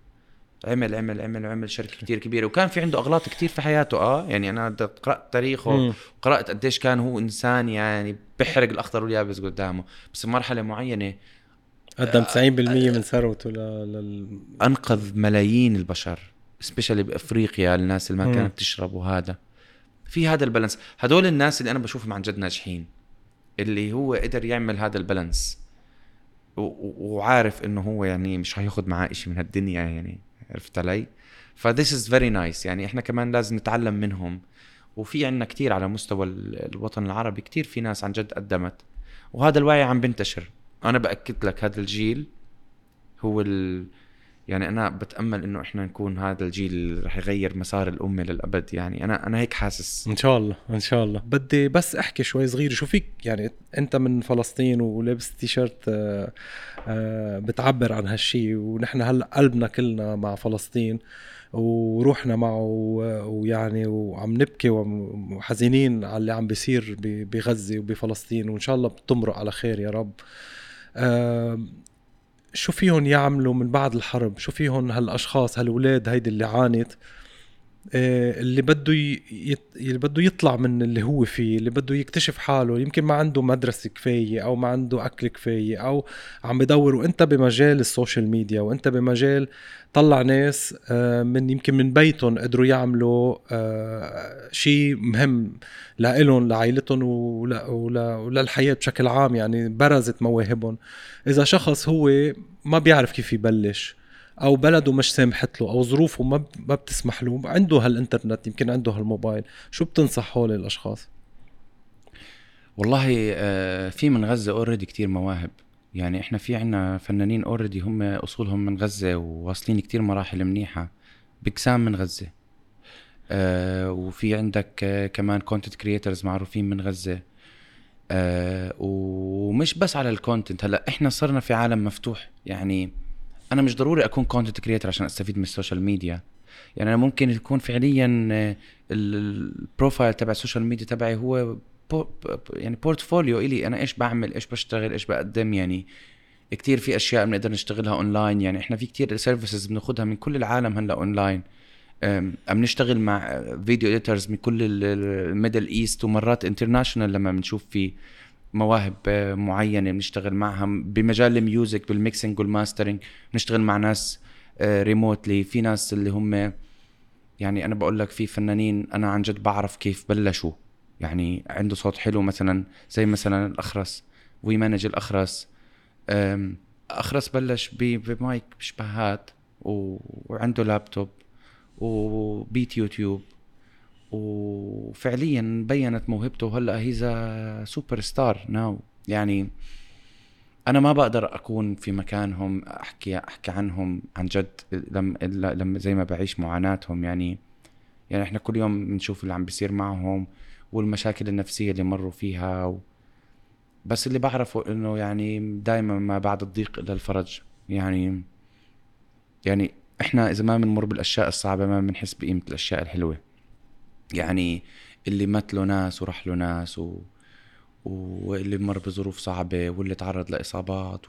عمل شركة كتير كبيرة، وكان في عنده أغلاط كتير في حياته. يعني أنا قرأت تاريخه وقرأت قديش كان هو إنسان يعني بيحرق الأخضر واليابس قدامه. بس مرحلة معينة قدم 90% من ثروته أنقذ ملايين البشر، سبيشالي بأفريقيا، الناس اللي ما كانت تشرب. وهذا في هذا البالانس. هدول الناس اللي أنا بشوفهم عن جد ناجحين، اللي هو قدر يعمل هذا البالانس وعارف إنه هو يعني مش هياخد معاه إشي من هالدنيا. يعني عرفت علي؟ this is very nice. يعني إحنا كمان لازم نتعلم منهم. وفي عنا كتير على مستوى الوطن العربي، كتير في ناس عن جد قدمت، وهذا الوعي عم بنتشر. أنا بأكد لك هذا الجيل هو يعني أنا بتأمل إنه إحنا نكون هذا الجيل اللي رح يغير مسار الأمة للأبد. يعني أنا هيك حاسس. إن شاء الله إن شاء الله. بدي بس أحكي شوي صغير. شو فيك يعني أنت من فلسطين ولابس تيشيرت بتعبر عن هالشي، ونحن هلأ قلبنا كلنا مع فلسطين وروحنا معه، ويعني وعم نبكي وحزينين على اللي عم بيصير بغزة وبفلسطين، وإن شاء الله بتمرق على خير يا رب. شو فيهم يعملوا من بعد الحرب؟ شو فيهم هالأشخاص هالولاد هيدي اللي عانت، اللي بده يطلع من اللي هو فيه، اللي بده يكتشف حاله، يمكن ما عنده مدرسة كفاية أو ما عنده أكل كفاية أو عم بدور. وإنت بمجال السوشيال ميديا وإنت بمجال طلع ناس من يمكن من بيتهم قدروا يعملوا شيء مهم لإلهم لعائلتهم وللحياة بشكل عام. يعني برزت مواهبهم. إذا شخص هو ما بيعرف كيف يبلش، او بلده مش سامحت له، او ظروفه ما بتسمح له، عنده هالانترنت، يمكن عنده هالموبايل، شو بتنصح هول الاشخاص؟ والله في من غزة اوريدي كتير مواهب. يعني احنا في عنا فنانين اوريدي هم اصولهم من غزة وواصلين كتير مراحل منيحة. بكسام من غزة. وفي عندك كمان كونتنت كرييترز معروفين من غزة. ومش بس على الكونتنت. هلا احنا صرنا في عالم مفتوح. يعني انا مش ضروري اكون كونتنت كرييتر عشان استفيد من السوشيال ميديا. يعني انا ممكن يكون فعليا البروفايل تبع السوشيال ميديا تبعي هو يعني بورتفوليو إلي أنا إيش بعمل إيش بشتغل إيش بقدم. يعني كتير في أشياء بنقدر نشتغلها أونلاين. يعني إحنا في كتير سيرفيسز بناخدها من كل العالم هلا أونلاين. عم نشتغل مع فيديو إديترز من كل الميدل إيست، ومرات انترناشونال لما بنشوف في مواهب معينة بنشتغل معها بمجال الميوزك بالميكسينج والماسترينج. بنشتغل مع ناس ريموتلي. في ناس اللي هم يعني أنا بقول لك في فنانين أنا عن جد بعرف كيف بلشوا يعني عنده صوت حلو مثلا، زي مثلا الأخرس، ويمانج الأخرس. أخرس بلش بمايك بشبهات وعنده لابتوب وبيت يوتيوب، وفعليا بينت موهبته، وهلا هيزا سوبر ستار ناو. يعني انا ما بقدر اكون في مكانهم احكي عنهم عن جد، لما زي ما بعيش معاناتهم. يعني احنا كل يوم بنشوف اللي عم بيصير معهم والمشاكل النفسية اللي مروا فيها بس اللي بعرفه انه يعني دائما ما بعد الضيق الا الفرج. يعني احنا اذا ما بنمر بالاشياء الصعبة ما بنحس بقيمة الاشياء الحلوة. يعني اللي مات له ناس وراح له ناس واللي مر بظروف صعبة واللي تعرض لإصابات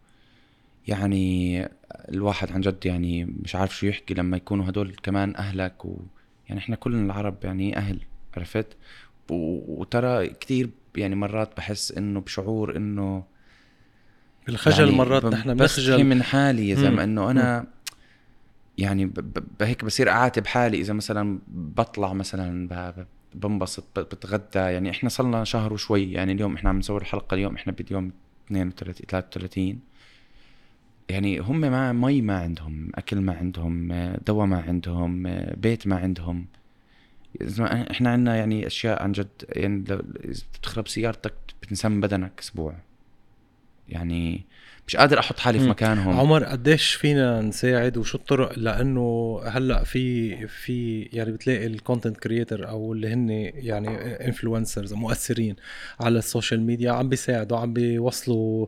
يعني الواحد عن جد يعني مش عارف شو يحكي لما يكونوا هدول كمان أهلك يعني إحنا كلنا العرب يعني أهل، عرفت. وترى كتير يعني مرات بحس إنه بشعور إنه الخجل يعني مرات نحن بستحي بنخجل. من حالي يا زلمة إنه مم. أنا يعني هيك بصير أعاتب حالي إذا مثلا بطلع مثلا بنبسط بتغدى. يعني إحنا صلنا شهر وشوي، يعني اليوم إحنا عم نصور الحلقة، اليوم إحنا باليوم 32 33. يعني هم ما مي ما عندهم، أكل ما عندهم، دواء ما عندهم، بيت ما عندهم. إحنا عنا يعني أشياء عن جد. يعني لو بتخرب سيارتك بتنسم بدنك أسبوع. يعني مش قادر أحط حالي في مكانهم. عمر، قديش فينا نساعد وشو الطرق؟ لانه هلا في يعني بتلاقي الكونتنت كرييتر او اللي هن يعني انفلونسرز مؤثرين على السوشيال ميديا عم بيساعدوا، عم بيوصلوا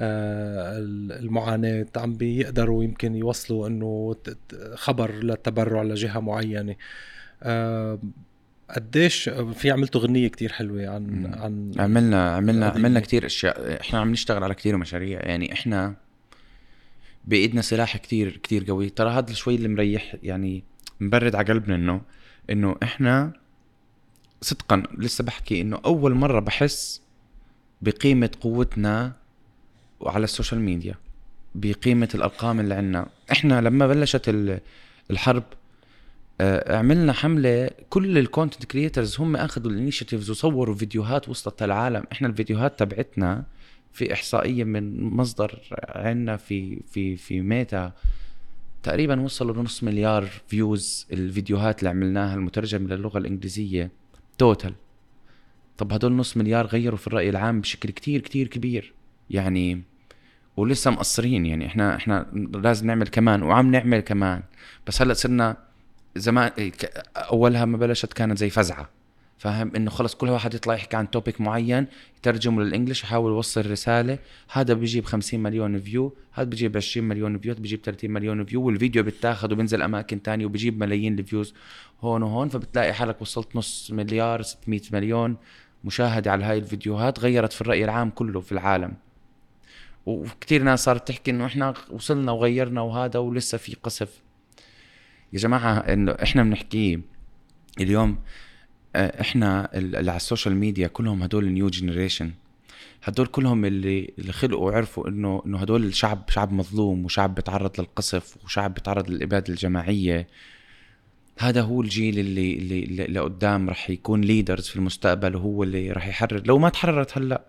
المعاناة، عم بيقدروا يمكن يوصلوا انه خبر للتبرع لجهة معينة. آه، قديش في عملتوا غنية كتير حلوة عن عملنا القضية. كتير اشياء. احنا عم نشتغل على كتير مشاريع. يعني احنا بايدنا سلاح كتير كتير قوي. ترى هذا شوي اللي مريح يعني مبرد على قلبنا، انه احنا صدقا لسه بحكي انه اول مرة بحس بقيمة قوتنا وعلى السوشيال ميديا، بقيمة الارقام اللي عنا. احنا لما بلشت الحرب عملنا حملة، كل الكونتنت كرييترز هم اخذوا الانيشيتيفز وصوروا فيديوهات وصلت للعالم. احنا الفيديوهات تبعتنا في احصائية من مصدر عنا في ميتا تقريبا وصلوا لنص مليار فيوز الفيديوهات اللي عملناها المترجمة للغة الانجليزية توتال. طب هدول نص مليار غيروا في الرأي العام بشكل كتير كتير كبير. يعني ولسه مقصرين. يعني احنا لازم نعمل كمان وعم نعمل كمان. بس هلأ صرنا زمان اولها ما بلشت كانت زي فزعة، فاهم؟ انه خلص كل واحد يطلع يحكي عن توبيك معين، يترجمه للانجليش، يحاول يوصل رسالة. هذا بيجيب 50 مليون فيو، هذا بيجيب 20 مليون فيو، بيجيب 30 مليون فيو، والفيديو بيتاخد وبينزل اماكن تانية وبيجيب ملايين الفيوز هون وهون. فبتلاقي حالك وصلت نص مليار 600 مليون مشاهدة على هاي الفيديوهات. غيرت في الرأي العام كله في العالم. وكتير ناس صارت تحكي انه احنا وصلنا وغيرنا وهذا ولسه في قصف. يا جماعة انه احنا بنحكيه اليوم. احنا اللي على السوشيال ميديا كلهم هدول النيو جنريشن. هدول كلهم اللي خلقوا وعرفوا انه هدول الشعب شعب مظلوم، وشعب بيتعرض للقصف، وشعب بيتعرض للإبادة الجماعية. هذا هو الجيل اللي قدام رح يكون ليدرز في المستقبل، وهو اللي رح يحرر. لو ما تحررت هلا،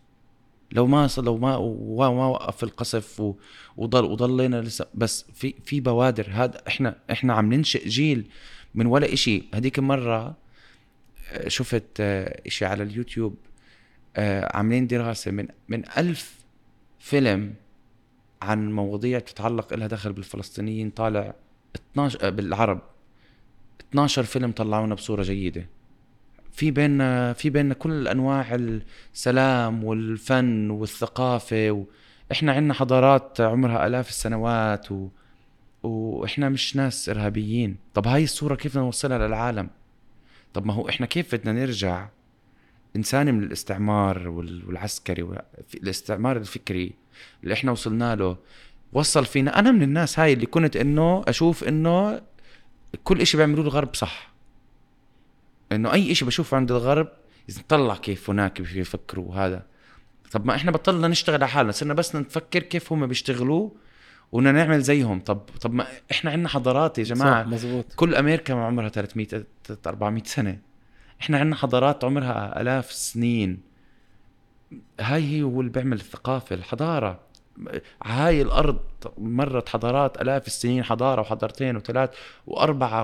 لو ما وقف القصف وضلينا لسه بس في بوادر. هذا احنا عم ننشئ جيل من ولا اشي. هديك مرة شفت اشي على اليوتيوب، عاملين دراسة من 1000 فيلم عن مواضيع تتعلق إلها دخل بالفلسطينيين، طالع 12 بالعرب 12 فيلم طلعونا بصورة جيدة. في بيننا كل أنواع السلام والفن والثقافة، وإحنا عنا حضارات عمرها آلاف السنوات وإحنا مش ناس إرهابيين. طب هاي الصورة كيف نوصلها للعالم؟ طب ما هو إحنا كيف بدنا نرجع إنساني من الاستعمار والعسكري الاستعمار الفكري اللي إحنا وصلنا له وصل فينا. أنا من الناس هاي اللي كنت إنه أشوف إنه كل إشي بيعملوه الغرب صح، إنه أي إشي بشوفه عند الغرب يطلع كيف هناك بيفكروا هذا. طب ما إحنا بطلنا نشتغل على حالنا، صرنا بس نفكر كيف هم بيشتغلوا ونا نعمل زيهم. طب ما إحنا عنا حضارات يا صح، جماعة. مزبوط. كل أمريكا ما عمرها 300 400 سنة. احنا عندنا حضارات عمرها آلاف السنين، هاي هي واللي بيعمل الثقافة الحضارة. هاي الأرض مرت حضارات آلاف السنين، حضارة وحضارتين وثلاث وأربعة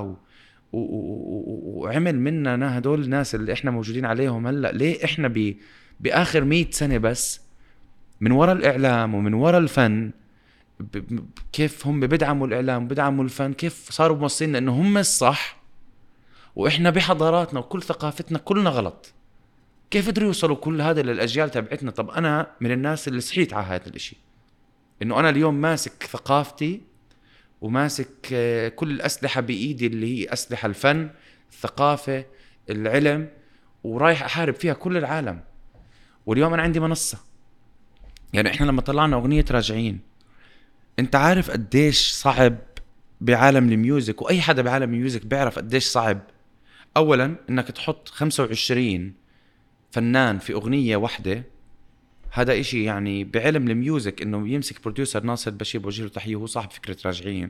وعمل مننا هدول الناس اللي احنا موجودين عليهم هلأ. ليه احنا بآخر 100 سنة بس من وراء الإعلام ومن وراء الفن، كيف هم بدعموا الإعلام وبدعموا الفن، كيف صاروا موصلين إنه هم الصح وإحنا بحضاراتنا وكل ثقافتنا كلنا غلط. كيف قدروا يوصلوا كل هذا للأجيال تبعتنا؟ طب أنا من الناس اللي صحيت على هذا الإشي، إنه أنا اليوم ماسك ثقافتي وماسك كل الأسلحة بإيدي اللي هي أسلحة الفن، الثقافة، العلم، ورايح أحارب فيها كل العالم. واليوم أنا عندي منصة. يعني إحنا لما طلعنا أغنية راجعين، أنت عارف قديش صعب بعالم الميوزك، وأي حدا بعالم الميوزك بيعرف قديش صعب أولا إنك تحط 25 فنان في أغنية واحدة. هذا إشي يعني بعلم الميوزك إنه يمسك بروديوسر ناصر بشير، بوجه له تحية، هو صاحب فكرة راجعين،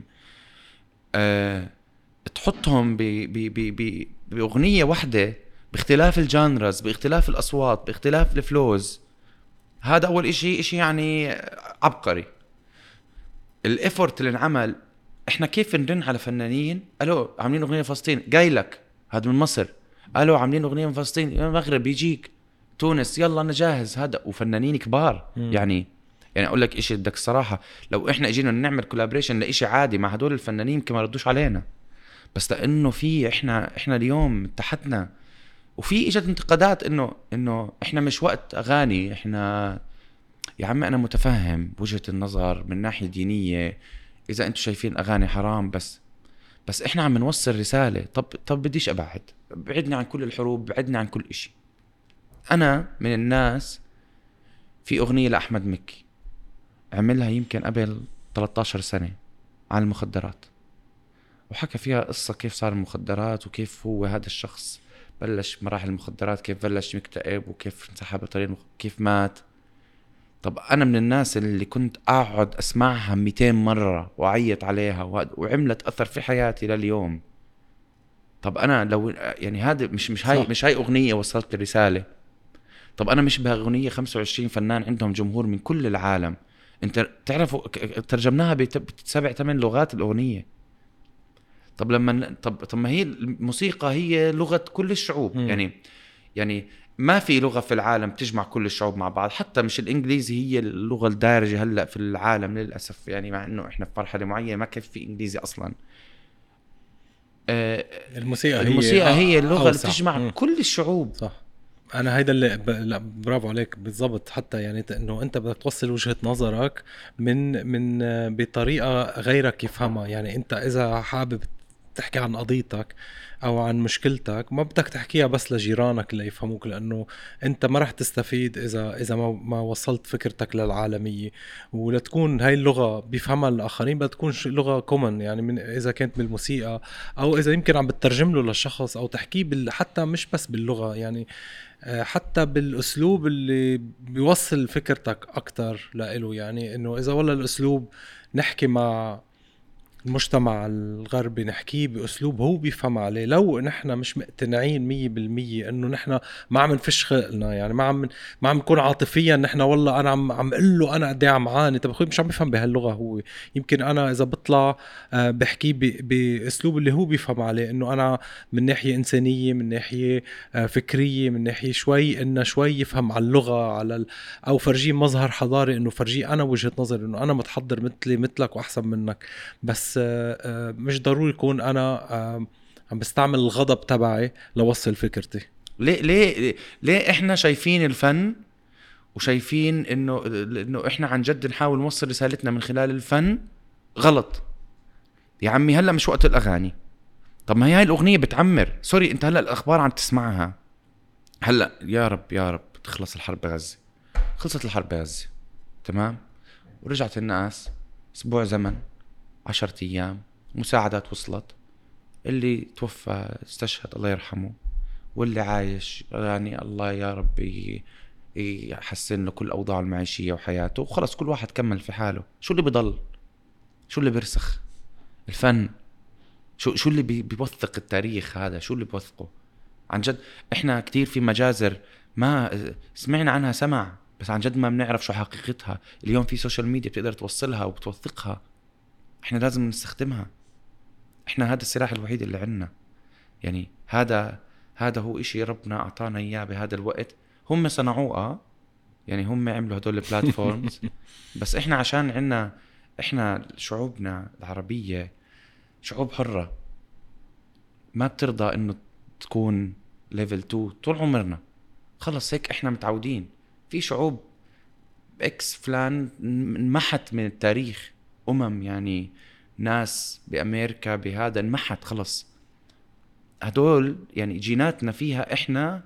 تحطهم بأغنية واحدة باختلاف الجانرز، باختلاف الأصوات، باختلاف الفلوز. هذا أول إشي يعني عبقري. الإفورت اللي انعمل، إحنا كيف نرن على فنانين ألو عاملين أغنية فلسطين، جاي لك هذا من مصر، ألو عاملين أغنية من فلسطين من المغرب بيجيك، تونس يلا أنا جاهز. هذا وفنانين كبار. يعني أقول لك إشي بدك الصراحة، لو إحنا إجينا نعمل كولابريشن لإشي عادي مع هدول الفنانين كما ردوش علينا، بس لأنه في إحنا اليوم اتحدنا، وفي إجت انتقادات إنه إحنا مش وقت أغاني. إحنا يا عم أنا متفهم وجهة النظر من ناحية دينية، إذا أنتوا شايفين أغاني حرام، بس إحنا عم نوصل رسالة. طب بديش أبعد، بعدني عن كل الحروب، بعدني عن كل إشي. أنا من الناس، في أغنية لأحمد مكي عملها يمكن قبل 13 سنة عن المخدرات، وحكى فيها قصة كيف صار المخدرات، وكيف هو هذا الشخص بلش مراحل المخدرات، كيف بلش مكتئب، وكيف انسحب بطريق كيف مات. طب أنا من الناس اللي كنت أقعد أسمعها 200 مرة وأعيط عليها، وعملت أثر في حياتي لليوم. طب أنا لو يعني هذا مش هاي أغنية وصلت الرسالة. طب أنا مش بأغنية 25 فنان عندهم جمهور من كل العالم. أنت تعرفوا ترجمناها ب7-8 لغات الأغنية. طب لما طب ما هي الموسيقى هي لغة كل الشعوب. يعني ما في لغة في العالم تجمع كل الشعوب مع بعض، حتى مش الإنجليزي هي اللغة الدارجة هلأ في العالم للأسف. يعني مع إنه إحنا في مرحلة معينة ما كان في إنجليزي أصلاً. الموسيقى هي اللغة اللي تجمع كل الشعوب. صح. انا هيدا اللي لا برافو عليك بالضبط. حتى يعني انه انت بدك توصل وجهة نظرك من بطريقة غيرك يفهمها. يعني انت اذا حابب تحكي عن قضيتك او عن مشكلتك، ما بدك تحكيها بس لجيرانك اللي يفهموك، لانه انت ما رح تستفيد اذا ما وصلت فكرتك للعالمية. ولا تكون هاي اللغة بيفهمها الاخرين، بدها تكون لغة كومن. يعني من اذا كانت بالموسيقى، او اذا يمكن عم بترجم له للشخص، او تحكيه حتى مش بس باللغة، يعني حتى بالاسلوب اللي بيوصل فكرتك اكتر لإله. يعني انه اذا والله الاسلوب نحكي مع المجتمع الغربي، نحكيه بأسلوب هو بيفهم عليه، لو نحن مش مقتنعين 100% انه نحن ما عم نفش خلقنا، يعني ما عم نكون عاطفيا نحن والله انا عم اقول له انا قد ايه عم عاني. طب اخوي مش عم بيفهم بهاللغه هو. يمكن انا اذا بطلع بحكي باسلوب اللي هو بيفهم عليه، انه انا من ناحيه انسانيه، من ناحيه فكريه، من ناحيه شوي يفهم على اللغه، او فرجيه مظهر حضاري، انه فرجيه انا وجهه نظري انه انا متحضر مثلك واحسن منك. بس مش ضروري يكون أنا عم بستعمل الغضب تبعي لوصل فكرتي. ليه إحنا شايفين الفن وشايفين إنه إحنا عن جد نحاول نوصل رسالتنا من خلال الفن غلط؟ يا عمي هلأ مش وقت الأغاني. طب ما هي هاي الأغنية بتعمر. سوري أنت هلأ الأخبار عم تسمعها هلأ، يا رب تخلص الحرب بغزة. خلصت الحرب بغزة تمام، ورجعت الناس أسبوع زمن، 10 أيام، مساعدات وصلت، اللي توفى استشهد الله يرحمه، واللي عايش يعني الله يا رب يحسن له كل أوضاعه المعيشية وحياته، وخلص كل واحد كمل في حاله. شو اللي بيضل؟ شو اللي بيرسخ؟ الفن. شو اللي بيوثق التاريخ هذا؟ شو اللي بيوثقه؟ عن جد احنا كتير في مجازر ما سمعنا عنها سمع، بس عن جد ما بنعرف شو حقيقتها. اليوم في سوشيال ميديا بتقدر توصلها وبتوثقها، احنا لازم نستخدمها. احنا هذا السلاح الوحيد اللي عندنا. يعني هذا هو اشي ربنا اعطانا اياه بهذا الوقت. هم صنعوه يعني هم عملوا هدول البلاتفورمز بس احنا عشان عنا احنا شعوبنا العربية شعوب حرة ما بترضى انه تكون ليفل 2 طول عمرنا. خلص هيك احنا متعودين. في شعوب اكس فلان انمحت من التاريخ، يعني ناس بامريكا بهذا انمحت خلص. هدول يعني جيناتنا فيها احنا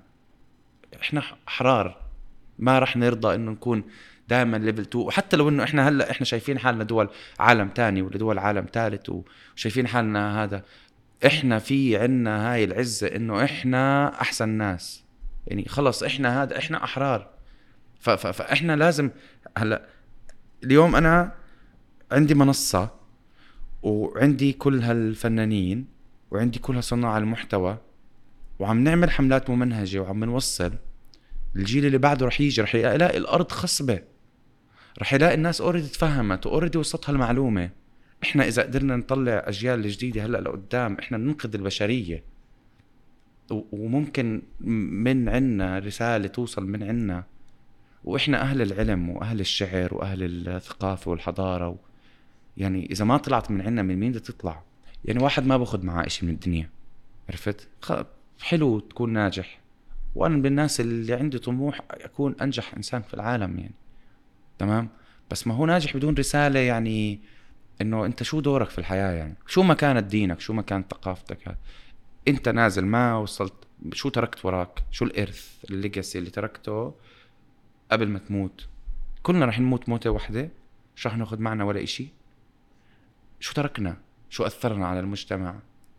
احرار، ما رح نرضى انه نكون دائما ليفل 2. وحتى لو انه احنا هلا احنا شايفين حالنا دول عالم تاني ولا دول عالم ثالث وشايفين حالنا هذا، احنا في عنا هاي العزة انه احنا احسن ناس. يعني خلص احنا هذا احنا احرار. فاحنا لازم هلا اليوم انا عندي منصة وعندي كل هالفنانين وعندي كل هالصناع المحتوى وعم نعمل حملات ممنهجة وعم نوصل. الجيل اللي بعده رح يجي رح يلاقي الارض خصبة، رح يلاقي الناس اوريدي تفهمت واوريدي وصلتها المعلومة. احنا اذا قدرنا نطلع اجيال جديدة هلا لقدام احنا بننقذ البشرية. وممكن من عنا رسالة توصل من عنا، واحنا اهل العلم واهل الشعر واهل الثقافة والحضارة يعني اذا ما طلعت من عنا من مين بدها تطلع؟ يعني واحد ما باخد معاه اشي من الدنيا، عرفت؟ حلو تكون ناجح، وانا من الناس اللي عندي طموح اكون انجح انسان في العالم يعني تمام. بس ما هو ناجح بدون رسالة، يعني انه انت شو دورك في الحياة؟ يعني شو ما كانت دينك، شو ما كانت ثقافتك، انت نازل ما وصلت، شو تركت وراك؟ شو الارث الليجاسي اللي تركته قبل ما تموت؟ كلنا رح نموت موتة واحدة، مش رح ناخد معنا ولا اشي. شو تركنا؟ شو اثرنا على المجتمع؟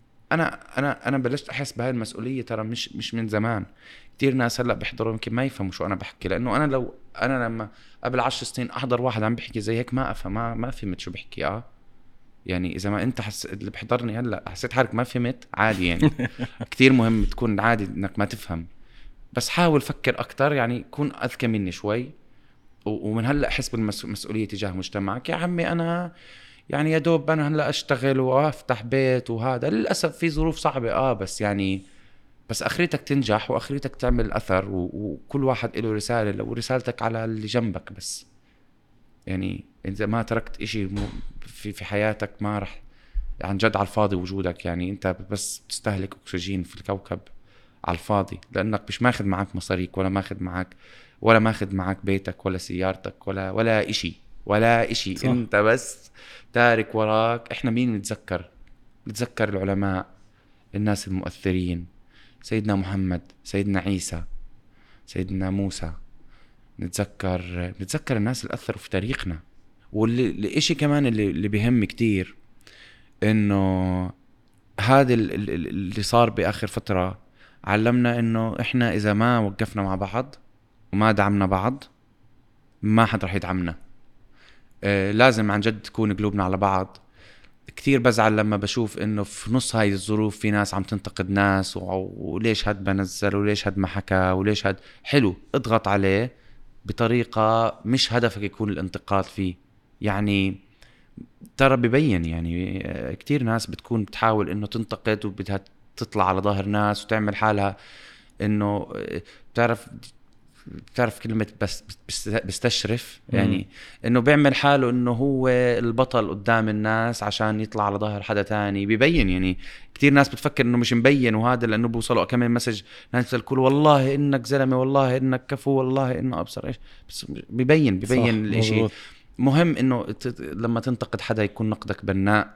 انا بلشت احس بهاي المسؤولية ترى مش من زمان. كتير ناس هلا بيحضروا يمكن ما يفهموا شو انا بحكي، لانه انا لو انا لما قبل 10 سنين احضر واحد عم بحكي زي هيك ما افهم، ما فهمت شو بحكي. يعني اذا ما انت اللي بحضرني هلا حسيت حالك ما فهمت، عادي يعني. كتير مهم تكون عادي انك ما تفهم، بس حاول فكر اكتر، يعني كون اذكى مني شوي. ومن هلا احس بالمسؤوليه تجاه مجتمعك. يا عمي انا يعني يا دوب انا هلا اشتغل وافتح بيت، وهذا للاسف في ظروف صعبه بس يعني بس اخريتك تنجح واخريتك تعمل اثر، وكل واحد له رساله. لو رسالتك على اللي جنبك بس، يعني اذا ما تركت اشي في حياتك ما رح عن جد على الفاضي وجودك. يعني انت بس تستهلك اكسجين في الكوكب على الفاضي، لانك مش ماخذ معك مصاريك ولا ماخذ معك بيتك ولا سيارتك ولا اشي صح. انت بس تارك وراك. احنا مين نتذكر العلماء، الناس المؤثرين، سيدنا محمد، سيدنا عيسى، سيدنا موسى. نتذكر الناس اللي اثروا في تاريخنا. والاشي كمان اللي بيهم كتير انه هذا اللي صار باخر فترة علمنا انه احنا اذا ما وقفنا مع بعض وما دعمنا بعض ما حد رح يدعمنا. لازم عن جد تكون قلوبنا على بعض. كتير بزعل لما بشوف انه في نص هاي الظروف في ناس عم تنتقد ناس وليش هاد بنزل وليش هاد ما حكى وليش هاد. حلو اضغط عليه بطريقة مش هدفك يكون الانتقاد فيه. يعني ترى ببين يعني كتير ناس بتكون بتحاول انه تنتقد وبدها تطلع على ظهر ناس وتعمل حالها انه بتعرف كلمة بستشرف، يعني انه بيعمل حاله انه هو البطل قدام الناس عشان يطلع على ظهر حدا تاني. ببين يعني كتير ناس بتفكر انه مش مبين، وهذا لانه بوصلوا كمان مسج ناس الكل والله انك زلمة، والله انك كفو، والله انه ابصر ايش. بس ببين الاشي. مزبوط. مهم انه لما تنتقد حدا يكون نقدك بناء.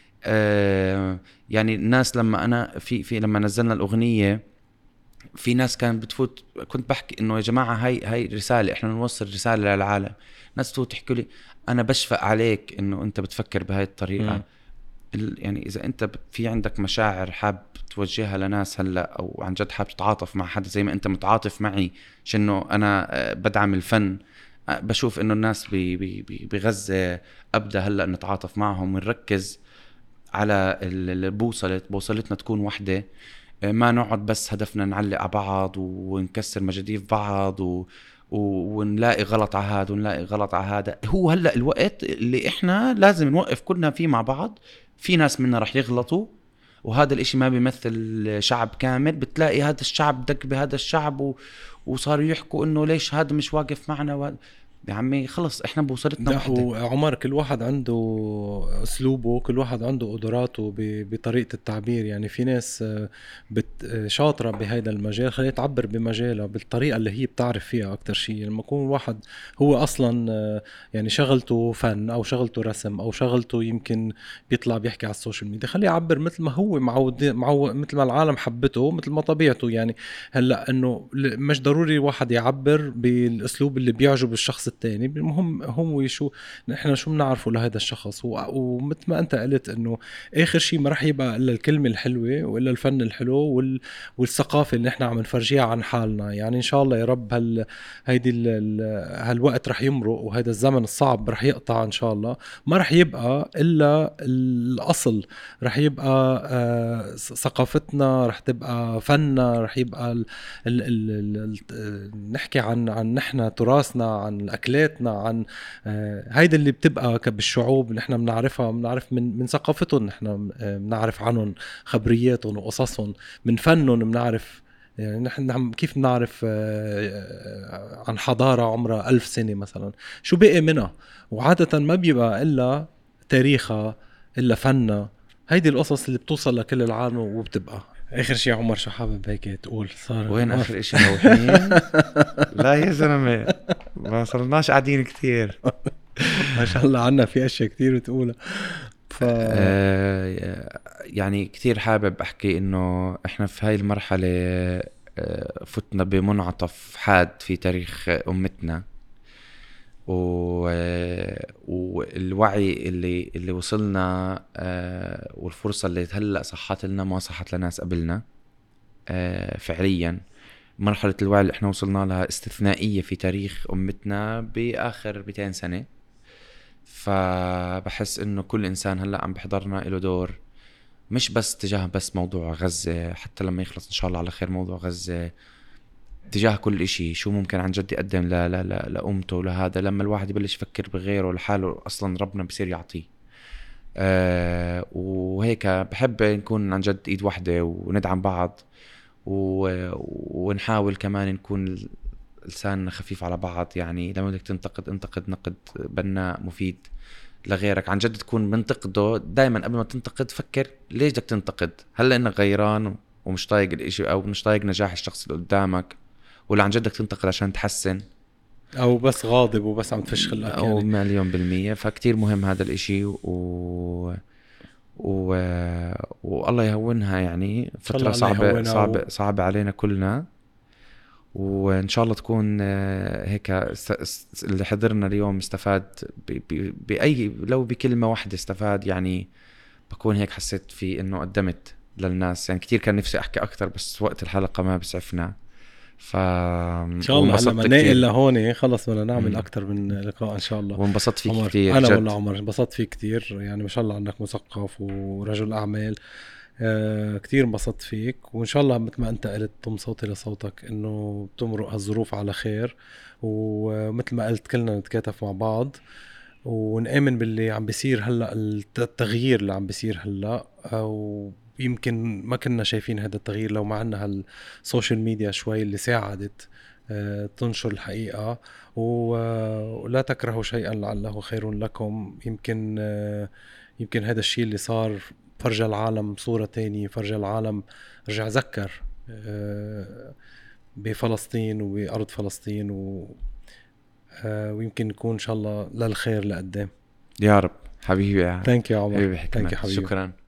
يعني الناس لما انا في لما نزلنا الاغنية في ناس كانت بتفوت، كنت بحكي انه يا جماعة هاي رسالة، احنا نوصل رسالة للعالم. ناس تفوت تحكي لي انا بشفق عليك انه انت بتفكر بهاي الطريقة. يعني اذا انت في عندك مشاعر حاب توجهها لناس هلا، او عن جد حاب تتعاطف مع حدا زي ما انت متعاطف معي شنو انا بدعم الفن. بشوف انه الناس بغزة ابدا هلا نتعاطف معهم ونركز على بوصلتنا تكون وحدة. ما نقعد بس هدفنا نعلق على بعض ونكسر مجاديف بعض ونلاقي غلط على هذا ونلاقي غلط على هذا. هو هلأ الوقت اللي احنا لازم نوقف كلنا فيه مع بعض. في ناس منا رح يغلطوا، وهذا الاشي ما بيمثل شعب كامل. بتلاقي هذا الشعب دق بهذا الشعب وصاروا يحكوا انه ليش هذا مش واقف معنا يا عمي خلص احنا بوصلتنا وحدة. وعمر كل واحد عنده اسلوبه، كل واحد عنده قدراته بطريقة التعبير. يعني في ناس شاطرة بهذا المجال، خليها تعبر بمجالها بالطريقة اللي هي بتعرف فيها اكتر شيء. لما يكون واحد هو اصلا يعني شغلته فن او شغلته رسم او شغلته يمكن بيطلع بيحكي على السوشيال ميديا، خليه يعبر مثل ما هو معود مثل ما العالم حبته، مثل ما طبيعته. يعني هلا انه مش ضروري واحد يعبر بالاسلوب اللي بيعجب الشخص التاني. المهم هو نحن شو بنعرفه لهذا الشخص. ومثل ما انت قلت انه اخر شيء ما رح يبقى الا الكلمه الحلوه والا الفن الحلو والثقافه اللي نحن عم نفرجيها عن حالنا. يعني ان شاء الله يا رب هالوقت رح يمرق وهذا الزمن الصعب رح يقطع ان شاء الله. ما رح يبقى الا الاصل، رح يبقى ثقافتنا، رح تبقى فننا، رح يبقى نحكي عن نحن تراثنا، عن اكلاتنا، عن هيدا اللي بتبقى بالشعوب اللي احنا بنعرفها، بنعرف من ثقافتهم، نحن بنعرف عنهم خبرياتهم وقصصهم، من فنهم بنعرف. يعني نحن كيف بنعرف عن حضارة عمرها 1000 سنة مثلا شو بقي منها. وعادة ما بيبقى إلا تاريخها إلا فنها. هيدي القصص اللي بتوصل لكل العالم وبتبقى. اخر شيء عمر شو حابب هيك تقول؟ صار وين اخر اشي روحين؟ لا يا زلمه ما صرناش قاعدين كتير. ما شاء الله عنا في اشياء كتير بتقولها. يعني كتير حابب احكي انه احنا في هاي المرحله فتنا بمنعطف حاد في تاريخ امتنا، والوعي اللي وصلنا والفرصه اللي هلا صحت لنا ما صحت لناس قبلنا. فعليا مرحلة الوعي اللي احنا وصلنا لها استثنائية في تاريخ أمتنا بآخر 200 سنة. فبحس إنه كل إنسان هلأ عم بحضرنا له دور، مش بس تجاه بس موضوع غزة، حتى لما يخلص إن شاء الله على خير موضوع غزة، تجاه كل إشي شو ممكن عن جد يقدم لأمته ولهذا. لما الواحد يبلش يفكر بغيره لحاله أصلا ربنا بصير يعطيه. وهيك بحب نكون عن جد إيد واحدة وندعم بعض، ونحاول كمان نكون لساننا خفيف على بعض. يعني لما بدك انتقد نقد بناء مفيد لغيرك، عن جد تكون منتقده دايما قبل ما تنتقد فكر ليش بدك تنتقد. هل لانك غيران ومش طايق الاشي او مش طايق نجاح الشخص اللي قدامك، ولا عن جدك تنتقد عشان تحسن، او بس غاضب وبس عم تفشخل لك؟ او يعني 100%. فكتير مهم هذا الاشي والله يهونها. يعني فترة صعبة علينا كلنا، وإن شاء الله تكون هيك اللي حضرنا اليوم استفاد بأي لو بكلمة واحدة استفاد. يعني بكون هيك حسيت في إنه قدمت للناس. يعني كتير كان نفسي أحكي أكتر بس وقت الحلقة ما بسعفنا. ان شاء الله لما ننقل لهون خلص بدنا نعمل اكتر من لقاء ان شاء الله. وانبسطت فيك كتير. انا والله عمر انبسطت فيك كتير. يعني ما شاء الله عندك مثقف ورجل اعمال. كتير انبسطت فيك، وان شاء الله مثل ما انت قلت ضم صوتي لصوتك انه بتمرق هالظروف على خير. ومثل ما قلت كلنا نتكاتف مع بعض ونآمن باللي عم بيصير هلا، التغيير اللي عم بيصير هلا. او يمكن ما كنا شايفين هذا التغيير لو ما عنا هالسوشيال ميديا شوي اللي ساعدت تنشر الحقيقة. ولا تكرهوا شيئا لعله خير لكم. يمكن هذا الشيء اللي صار فرجع العالم صورة تانية، فرجع العالم رجع ذكر بفلسطين وبأرض فلسطين ويمكن يكون إن شاء الله للخير لقدام. يا رب. حبيبي ثانك يو عمر. حبيبي. شكرا.